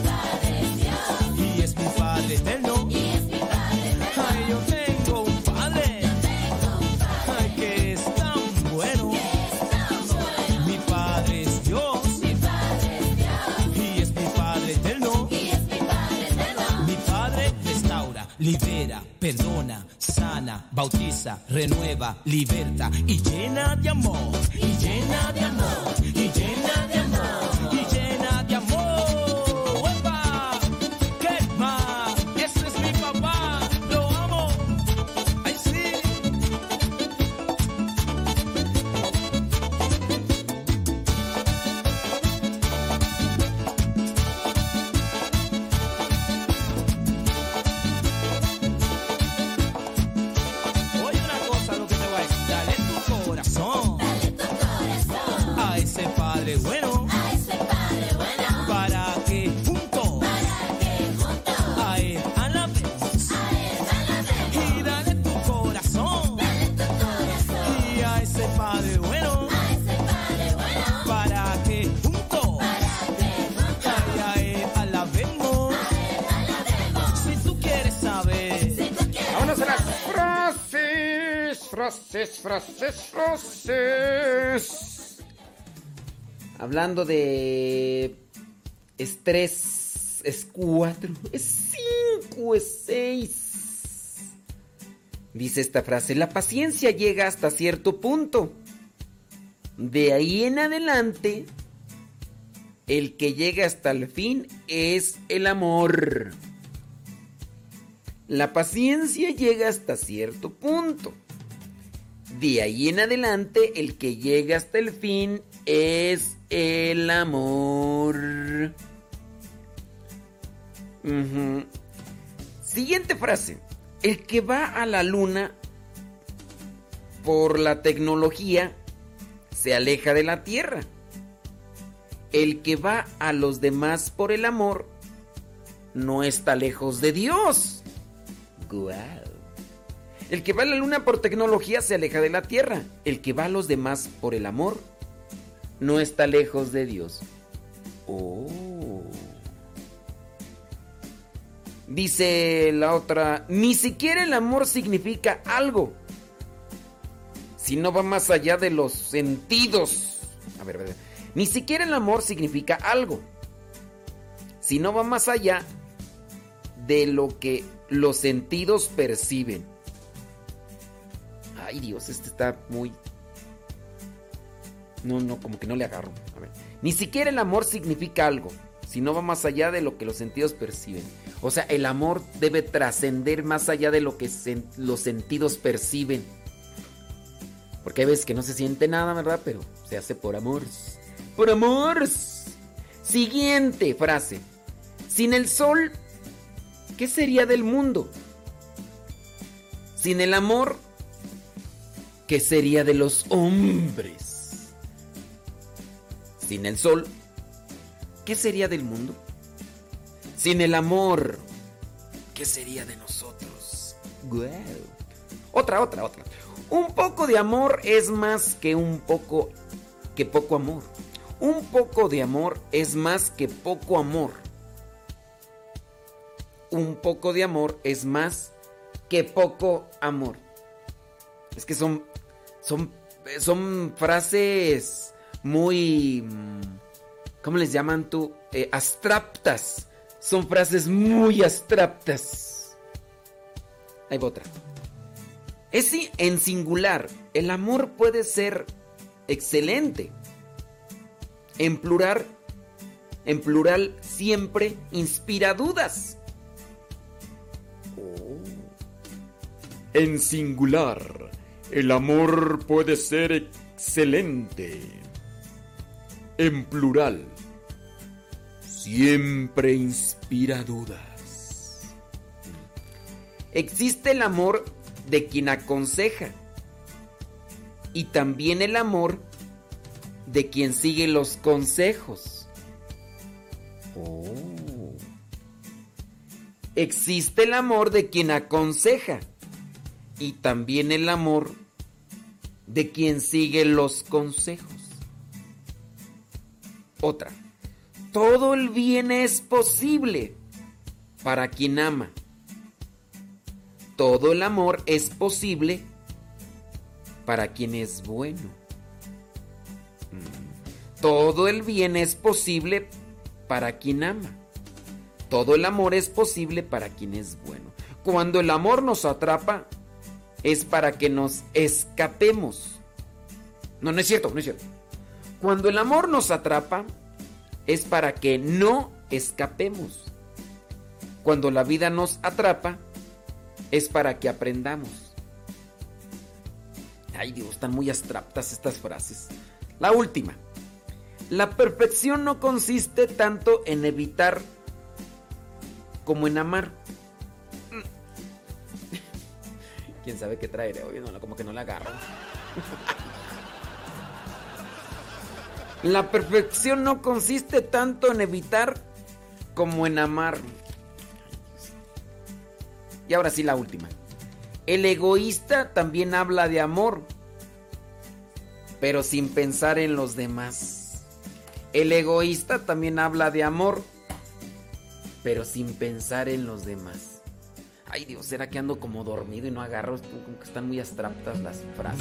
Speaker 11: Y es mi Padre eterno. Ay, yo tengo un padre. Ay, que es tan bueno. Mi Padre es Dios. Y es mi Padre eterno. Mi Padre restaura, libera, perdona, sana, bautiza, renueva, liberta y llena de amor. Y llena de amor. Y llena de amor. Y llena de amor. ¡Uepa! ¿Qué más? Ese es mi papá. Lo amo. ¡Ay, sí! Oye una cosa, lo que te voy a decir. Dale tu corazón. A ese Padre bueno. Para que juntos. A Él alabemos. Y dale tu corazón. Y a ese Padre bueno. Para que juntos. Ay, a Él alabemos. Si tú quieres saber.
Speaker 14: Vámonos a las frases.
Speaker 10: Hablando de estrés, es 4, es 5, es 6. Dice esta frase: la paciencia llega hasta cierto punto. De ahí en adelante, el que llega hasta el fin es el amor. La paciencia llega hasta cierto punto. De ahí en adelante, el que llega hasta el fin es el amor. Siguiente frase. El que va a la luna por la tecnología se aleja de la tierra. El que va a los demás por el amor no está lejos de Dios. ¡Guau! El que va a la luna por tecnología se aleja de la tierra. El que va a los demás por el amor no está lejos de Dios. Oh. Dice la otra, ni siquiera el amor significa algo si no va más allá de los sentidos. A ver. Ni siquiera el amor significa algo si no va más allá de lo que los sentidos perciben. Ay, Dios, este está muy... No, como que no le agarro. A ver. Ni siquiera el amor significa algo si no va más allá de lo que los sentidos perciben. O sea, el amor debe trascender más allá de lo que los sentidos perciben. Porque hay veces que no se siente nada, ¿verdad? Pero se hace por amor. ¡Por amor! Siguiente frase. Sin el sol, ¿qué sería del mundo? Sin el amor, ¿qué sería de los hombres? Sin el sol, ¿qué sería del mundo? Sin el amor, ¿qué sería de nosotros? Wow. Otra. Un poco de amor es más que poco amor. Un poco de amor es más que poco amor. Un poco de amor es más que poco amor. Es que son frases muy... ¿Cómo les llaman tú? Abstractas. Son frases muy abstractas. Ahí va otra. Es en singular. El amor puede ser excelente. En plural siempre inspira dudas. Oh. En singular, el amor puede ser excelente. En plural, siempre inspira dudas. Existe el amor de quien aconseja y también el amor de quien sigue los consejos. Oh. Existe el amor de quien aconseja y también el amor de quien sigue los consejos. Otra. Todo el bien es posible para quien ama. Todo el amor es posible para quien es bueno. Todo el bien es posible para quien ama. Todo el amor es posible para quien es bueno. Cuando el amor nos atrapa, es para que nos escapemos. No es cierto. Cuando el amor nos atrapa, es para que no escapemos. Cuando la vida nos atrapa, es para que aprendamos. Ay, Dios, están muy abstractas estas frases. La última. La perfección no consiste tanto en evitar como en amar. ¿Quién sabe qué traeré hoy? No, como que no la agarro. La perfección no consiste tanto en evitar como en amar. Y ahora sí la última. El egoísta también habla de amor, pero sin pensar en los demás. El egoísta también habla de amor, pero sin pensar en los demás. Ay, Dios, ¿será que ando como dormido y no agarro? Como que están muy abstractas las frases.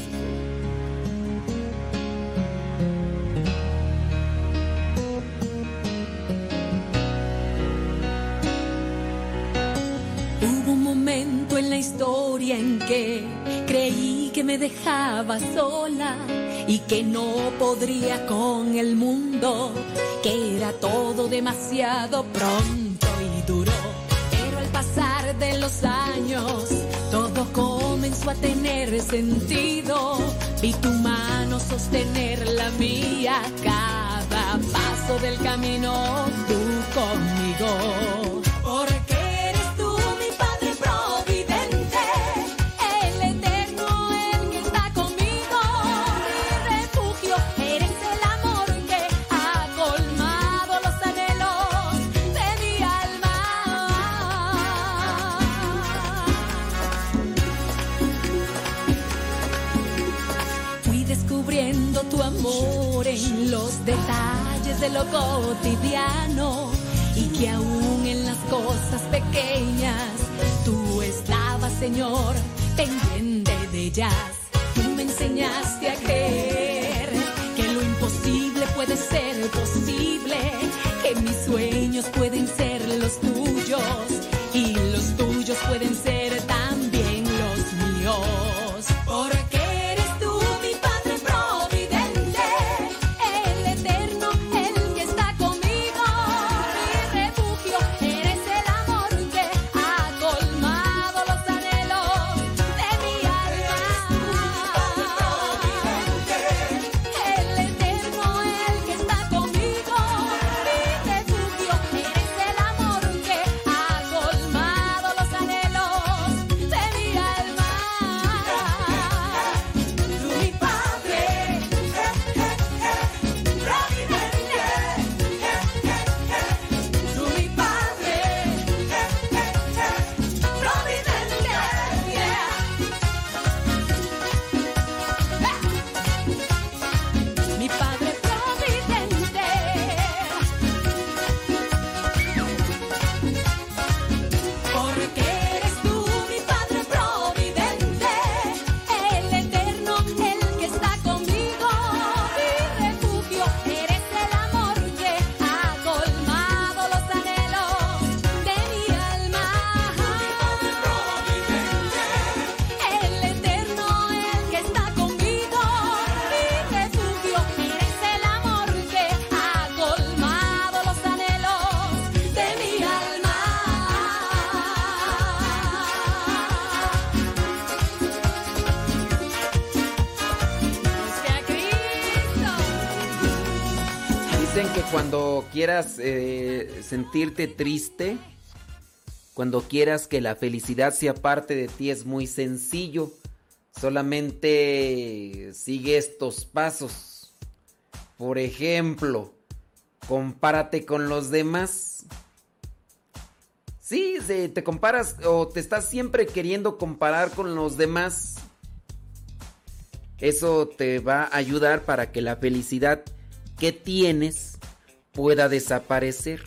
Speaker 15: Hubo un momento en la historia en que creí que me dejaba sola y que no podría con el mundo, que era todo demasiado pronto y duro. Pero al pasar de los años, todo comenzó a tener sentido. Vi tu mano sostener la mía, cada paso del camino tú conmigo. Porque amor en los detalles de lo cotidiano y que aún en las cosas pequeñas tú estabas, Señor, pendiente de ellas. Tú me enseñaste a creer que lo imposible puede ser posible, que mis sueños pueden ser los tuyos y los tuyos pueden ser también los míos. Porque eres tú mi Padre providente, el eterno, el que está conmigo, mi refugio. Eres el amor que ha colmado los anhelos de mi alma. El eterno, el que está conmigo, mi refugio. Eres el amor que ha colmado los anhelos de mi alma. Tú mi Padre providente, tú mi Padre providente, mi Padre providente. Porque eres tú mi Padre providente, el eterno, el que está conmigo, mi refugio. Eres el amor que ha colmado los anhelos de mi alma. El eterno, el que está conmigo, mi refugio. Eres el amor que ha colmado los anhelos de mi alma. Busca a Cristo.
Speaker 10: Dicen que cuando quieras sentirte triste, cuando quieras que la felicidad sea parte de ti, es muy sencillo. Solamente sigue estos pasos. Por ejemplo, compárate con los demás. Sí, te comparas o te estás siempre queriendo comparar con los demás. Eso te va a ayudar para que la felicidad que tienes pueda desaparecer.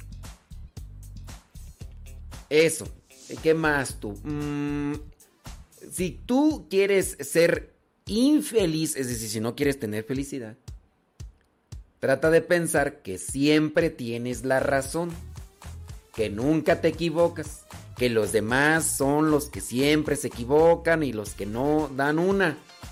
Speaker 10: Eso. ¿Qué más tú? Si tú quieres ser infeliz, es decir, si no quieres tener felicidad, trata de pensar que siempre tienes la razón, que nunca te equivocas, que los demás son los que siempre se equivocan y los que no dan una.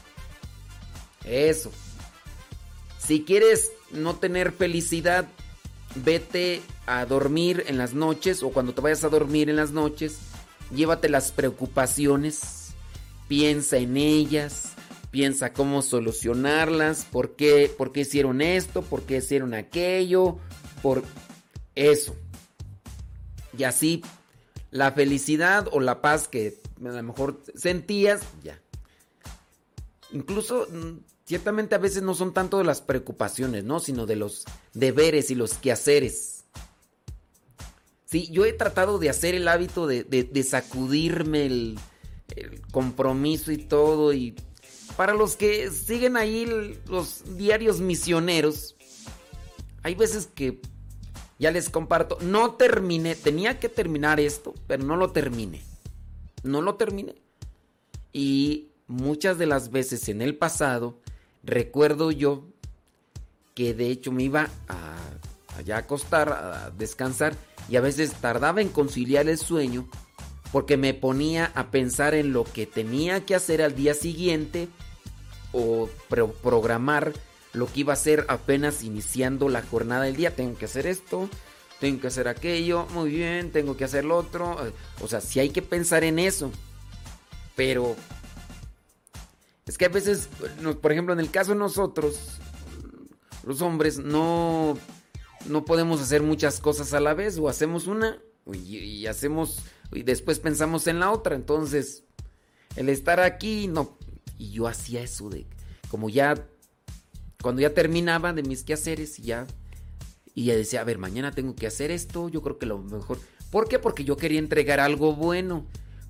Speaker 10: Eso. Si quieres no tener felicidad, vete a dormir en las noches, o cuando te vayas a dormir en las noches, llévate las preocupaciones, piensa en ellas, piensa cómo solucionarlas, por qué hicieron esto, por qué hicieron aquello, por eso. Y así la felicidad o la paz que a lo mejor sentías, ya. Incluso ciertamente a veces no son tanto de las preocupaciones, ¿no? Sino de los deberes y los quehaceres. Sí, yo he tratado de hacer el hábito de sacudirme el compromiso y todo. Y para los que siguen ahí los diarios misioneros, hay veces que ya les comparto, no terminé, tenía que terminar esto, pero no lo terminé. No lo terminé. Y muchas de las veces en el pasado, recuerdo yo que de hecho me iba allá a acostar, a descansar, y a veces tardaba en conciliar el sueño porque me ponía a pensar en lo que tenía que hacer al día siguiente o programar lo que iba a hacer apenas iniciando la jornada del día. Tengo que hacer esto, tengo que hacer aquello, muy bien, tengo que hacer lo otro. O sea, sí hay que pensar en eso, pero es que a veces, por ejemplo, en el caso de nosotros, los hombres, no podemos hacer muchas cosas a la vez, o hacemos una y hacemos y después pensamos en la otra. Entonces, el estar aquí, no. Y yo hacía eso de, como ya, cuando ya terminaba de mis quehaceres y ya decía, a ver, mañana tengo que hacer esto, yo creo que lo mejor. ¿Por qué? Porque yo quería entregar algo bueno.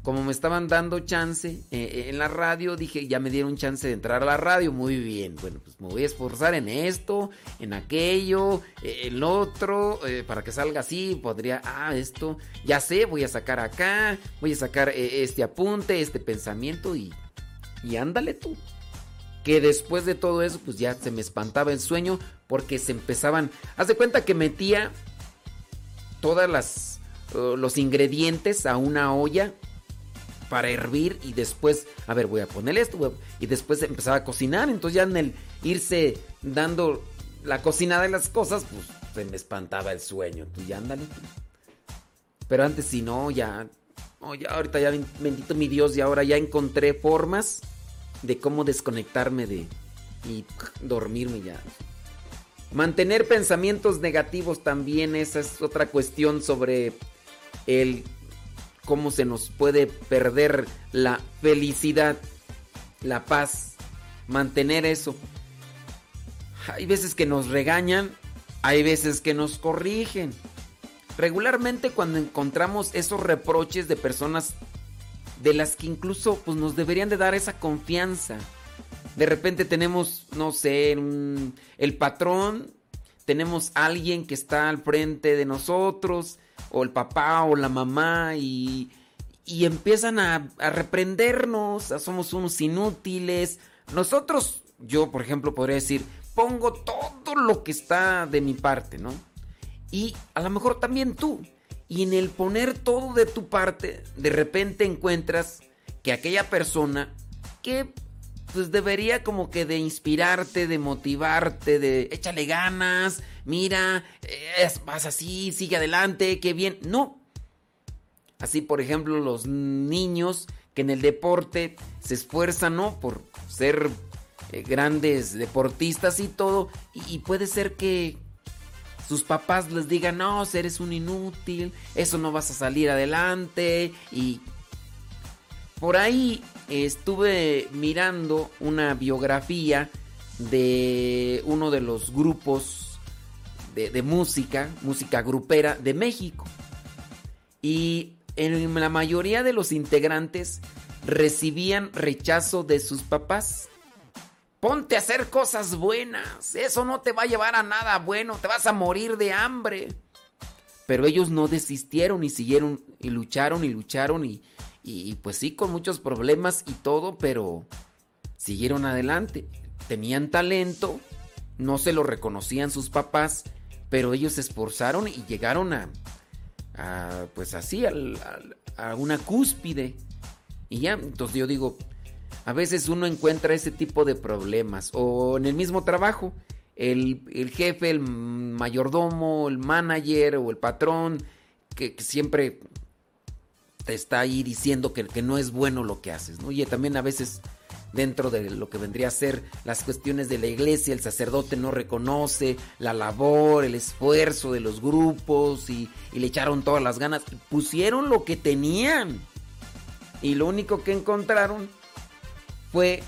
Speaker 10: como me estaban dando chance en la radio, dije, ya me dieron chance de entrar a la radio, muy bien. Bueno, pues me voy a esforzar en esto, en aquello, el otro, para que salga así, podría, esto, ya sé, voy a sacar acá, voy a sacar este apunte, este pensamiento y ándale tú. Que después de todo eso, pues ya se me espantaba el sueño porque se empezaban, haz de cuenta que metía todas los ingredientes a una olla para hervir y después, a ver, voy a poner esto y después empezaba a cocinar. Entonces ya en el irse dando la cocinada de las cosas, pues se me espantaba el sueño. Entonces ya ándale. Pero antes si no, ya ahorita ya bendito mi Dios, y ahora ya encontré formas de cómo desconectarme y dormirme ya. Mantener pensamientos negativos también, esa es otra cuestión sobre el cómo se nos puede perder la felicidad, la paz, mantener eso. Hay veces que nos regañan, hay veces que nos corrigen. Regularmente cuando encontramos esos reproches de personas de las que incluso pues, nos deberían de dar esa confianza. De repente tenemos, no sé, el patrón, tenemos alguien que está al frente de nosotros, o el papá o la mamá, y empiezan a reprendernos, somos unos inútiles. Nosotros, yo por ejemplo podría decir, pongo todo lo que está de mi parte, ¿no? Y a lo mejor también tú. Y en el poner todo de tu parte, de repente encuentras que aquella persona que pues debería como que de inspirarte, de motivarte, de échale ganas, mira, vas así, sigue adelante, qué bien. No. Así, por ejemplo, los niños que en el deporte se esfuerzan, ¿no? Por ser grandes deportistas y todo. Y puede ser que sus papás les digan, no, eres un inútil, eso no vas a salir adelante. Y por ahí estuve mirando una biografía de uno de los grupos de música grupera de México. Y en la mayoría de los integrantes recibían rechazo de sus papás. Ponte a hacer cosas buenas, eso no te va a llevar a nada bueno, te vas a morir de hambre. Pero ellos no desistieron y siguieron y lucharon y pues sí, con muchos problemas y todo, pero siguieron adelante. Tenían talento, no se lo reconocían sus papás, pero ellos se esforzaron y llegaron a pues así, a una cúspide. Y ya, entonces yo digo, a veces uno encuentra ese tipo de problemas. O en el mismo trabajo, el jefe, el mayordomo, el manager o el patrón, que siempre te está ahí diciendo que no es bueno lo que haces, ¿no? Y también a veces dentro de lo que vendría a ser las cuestiones de la iglesia, el sacerdote no reconoce la labor, el esfuerzo de los grupos y le echaron todas las ganas. Pusieron lo que tenían y lo único que encontraron fue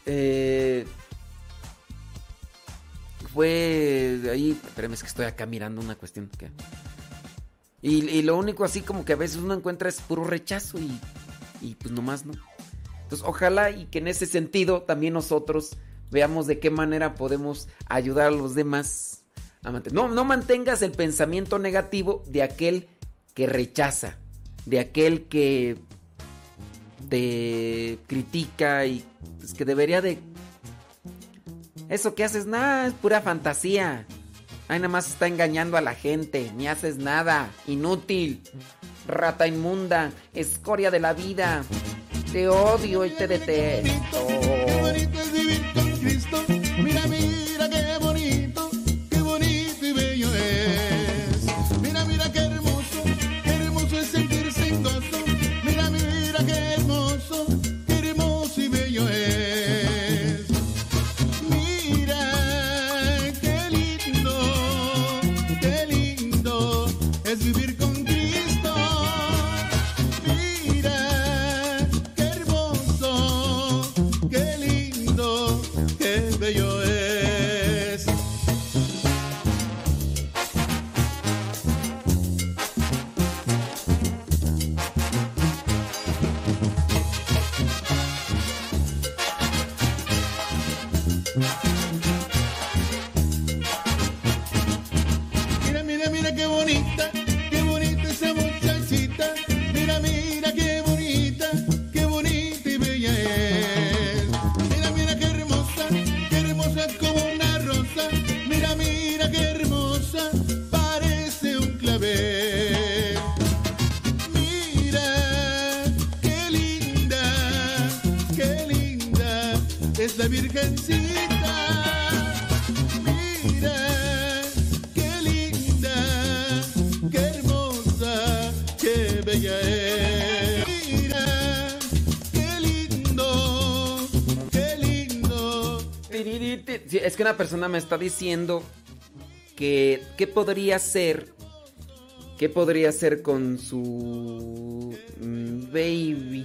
Speaker 10: ahí, espérame, es que estoy acá mirando una cuestión que... Y lo único así como que a veces uno encuentra es puro rechazo y pues nomás no. Entonces ojalá y que en ese sentido también nosotros veamos de qué manera podemos ayudar a los demás a mantener. No mantengas el pensamiento negativo de aquel que rechaza, de aquel que te critica y pues que debería de... Eso que haces, nada, es pura fantasía. Ay, nada más está engañando a la gente. Ni haces nada. Inútil. Rata inmunda. Escoria de la vida. Te odio y te detesto.
Speaker 1: Qué bonito es vivir con Cristo. Mira, mira, qué bonito y bello es. Mira, mira, qué hermoso es sentirse en gozo. Mira, mira, qué hermoso y bello es. Mira, qué lindo es vivir con Cristo. Mira, qué hermoso, qué
Speaker 13: es la virgencita. Mira, qué linda, qué hermosa, qué bella es. Mira, qué lindo, qué lindo.
Speaker 10: Sí, es que una persona me está diciendo que qué podría ser con su baby.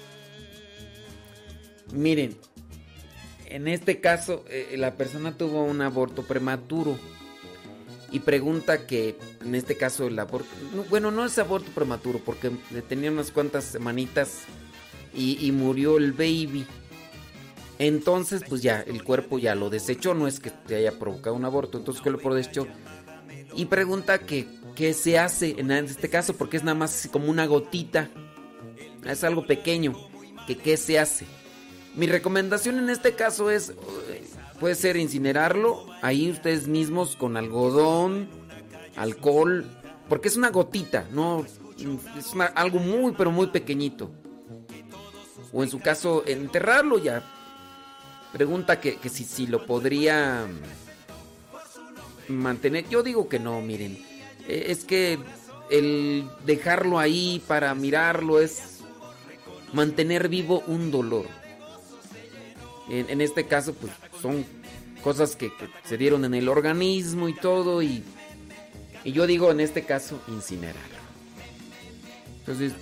Speaker 10: Miren, en este caso la persona tuvo un aborto prematuro y pregunta que en este caso el aborto, no es aborto prematuro porque tenía unas cuantas semanitas y murió el baby. Entonces pues ya el cuerpo ya lo desechó, no es que te haya provocado un aborto, entonces que lo desechó. Y pregunta que qué se hace en este caso porque es nada más como una gotita, es algo pequeño, que qué se hace. Mi recomendación en este caso es, puede ser incinerarlo ahí ustedes mismos con algodón, alcohol, porque es una gotita, no es algo muy pero muy pequeñito. O en su caso enterrarlo ya. Pregunta que si lo podría mantener. Yo digo que no, miren. Es que el dejarlo ahí para mirarlo es mantener vivo un dolor. En este caso, pues son cosas que se dieron en el organismo y todo. Y yo digo, en este caso, incinerarlo. Entonces,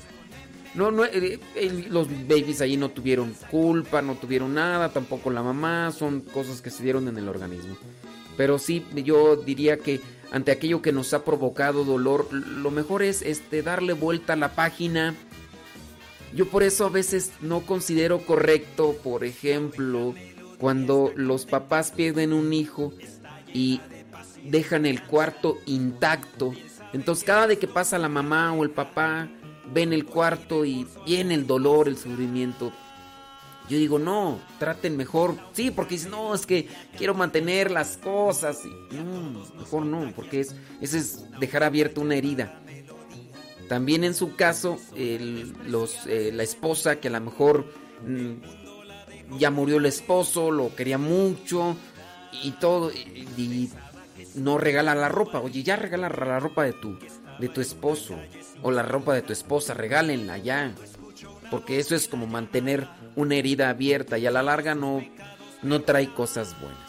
Speaker 10: los babies ahí no tuvieron culpa, no tuvieron nada, tampoco la mamá. Son cosas que se dieron en el organismo. Pero sí, yo diría que ante aquello que nos ha provocado dolor, lo mejor es darle vuelta a la página. Yo por eso a veces no considero correcto, por ejemplo, cuando los papás pierden un hijo y dejan el cuarto intacto. Entonces cada vez que pasa la mamá o el papá, ven el cuarto y viene el dolor, el sufrimiento. Yo digo, no, traten mejor. Sí, porque dicen, no, es que quiero mantener las cosas. No, mejor no, porque eso es dejar abierta una herida. También en su caso, la esposa que a lo mejor ya murió el esposo, lo quería mucho y todo, y no regala la ropa. Oye, ya regala la ropa de tu esposo o la ropa de tu esposa, regálenla ya. Porque eso es como mantener una herida abierta y a la larga no trae cosas buenas.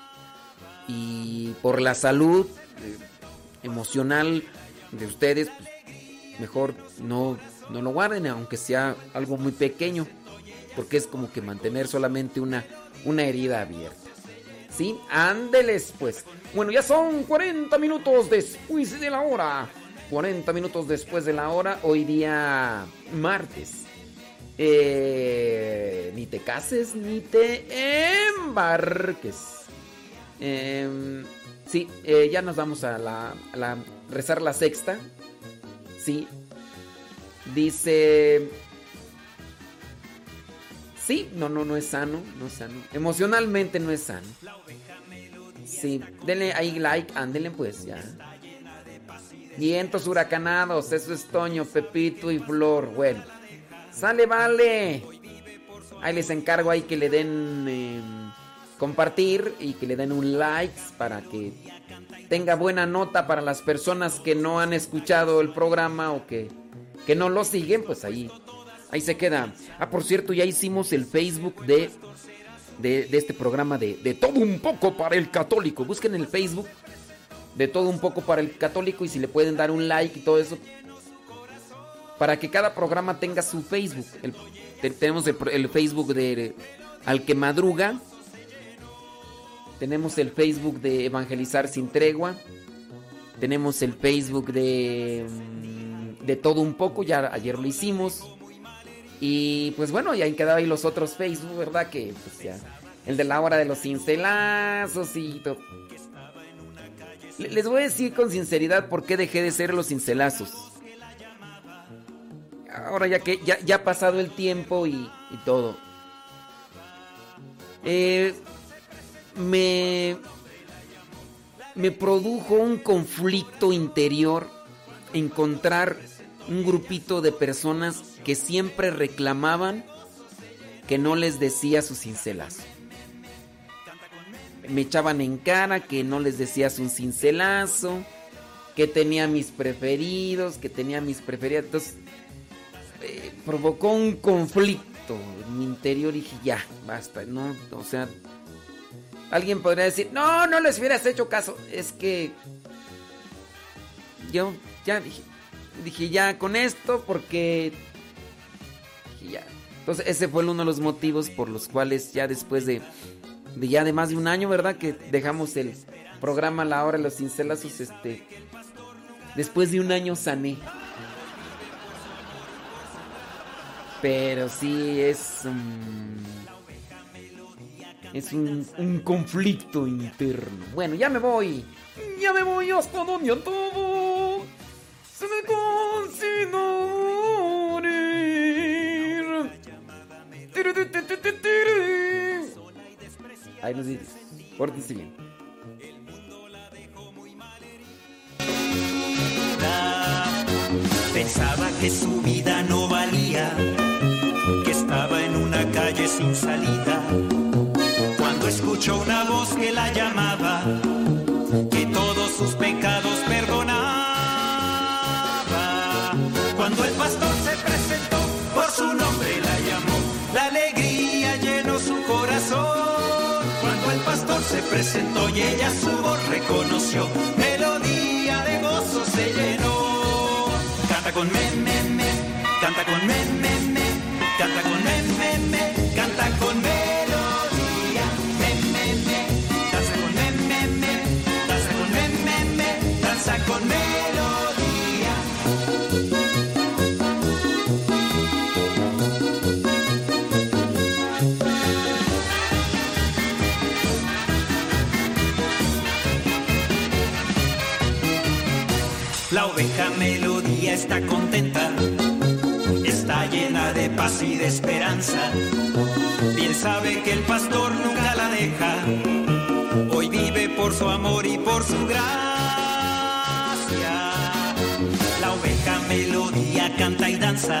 Speaker 10: Y por la salud emocional de ustedes, pues, mejor no lo guarden, aunque sea algo muy pequeño, porque es como que mantener solamente una herida abierta. ¿Sí? Ándeles, pues. Bueno, ya son 40 minutos después de la hora. 40 minutos después de la hora, hoy día martes. Ni te cases ni te embarques. Sí, ya nos vamos a rezar la sexta. Sí, dice. Sí, no es sano, no es sano. Emocionalmente no es sano. Sí, denle ahí like, ándenle pues ya. Vientos huracanados, eso es Toño, Pepito y Flor. Bueno, sale, vale. Ahí les encargo ahí que le den compartir y que le den un like para que tenga buena nota para las personas que no han escuchado el programa o que no lo siguen, pues ahí se queda. Ah, por cierto, ya hicimos el Facebook de este programa de Todo Un Poco para el Católico. Busquen el Facebook de Todo Un Poco para el Católico y si le pueden dar un like y todo eso, para que cada programa tenga su Facebook. Tenemos el Facebook de Al que Madruga. Tenemos el Facebook de Evangelizar Sin Tregua. Tenemos el Facebook de Todo Un Poco. Ya ayer lo hicimos. Y pues bueno, ya han quedado ahí los otros Facebook, ¿verdad? Que pues ya. El de la hora de los cincelazos y todo. Les voy a decir con sinceridad por qué dejé de ser los cincelazos. Ahora ya que ya ha pasado el tiempo y todo. Me produjo un conflicto interior encontrar un grupito de personas que siempre reclamaban que no les decía su cincelazo. me echaban en cara que no les decías un cincelazo, que tenía mis preferidos, entonces provocó un conflicto en mi interior y dije, ya, basta, no, o sea, alguien podría decir, no les hubieras hecho caso, es que yo ya dije ya con esto, porque dije ya. Entonces ese fue uno de los motivos por los cuales ya después de más de un año, ¿verdad? Que dejamos el programa La Hora de los Cincelazos, después de un año sané. Pero sí es un conflicto interno. Bueno, ya me voy hasta donde a todo se me considere. Ahí nos dices, pórtense bien.
Speaker 16: Pensaba que su vida no valía, que estaba en una calle sin salida, cuando escuchó una voz que la llamaba, que todos sus pecados perdonaba. Cuando el pastor se presentó, por su nombre la llamó, la alegría llenó su corazón. Cuando el pastor se presentó y ella su voz reconoció, melodía de gozo se llenó. Canta con me, canta con me, canta con me, canta con melodía, danza con me, danza con me, danza con melodía. La oveja melodía está contenta, está llena de paz y de esperanza. Bien sabe que el pastor nunca la deja, hoy vive por su amor y por su gracia. La oveja melodía canta y danza,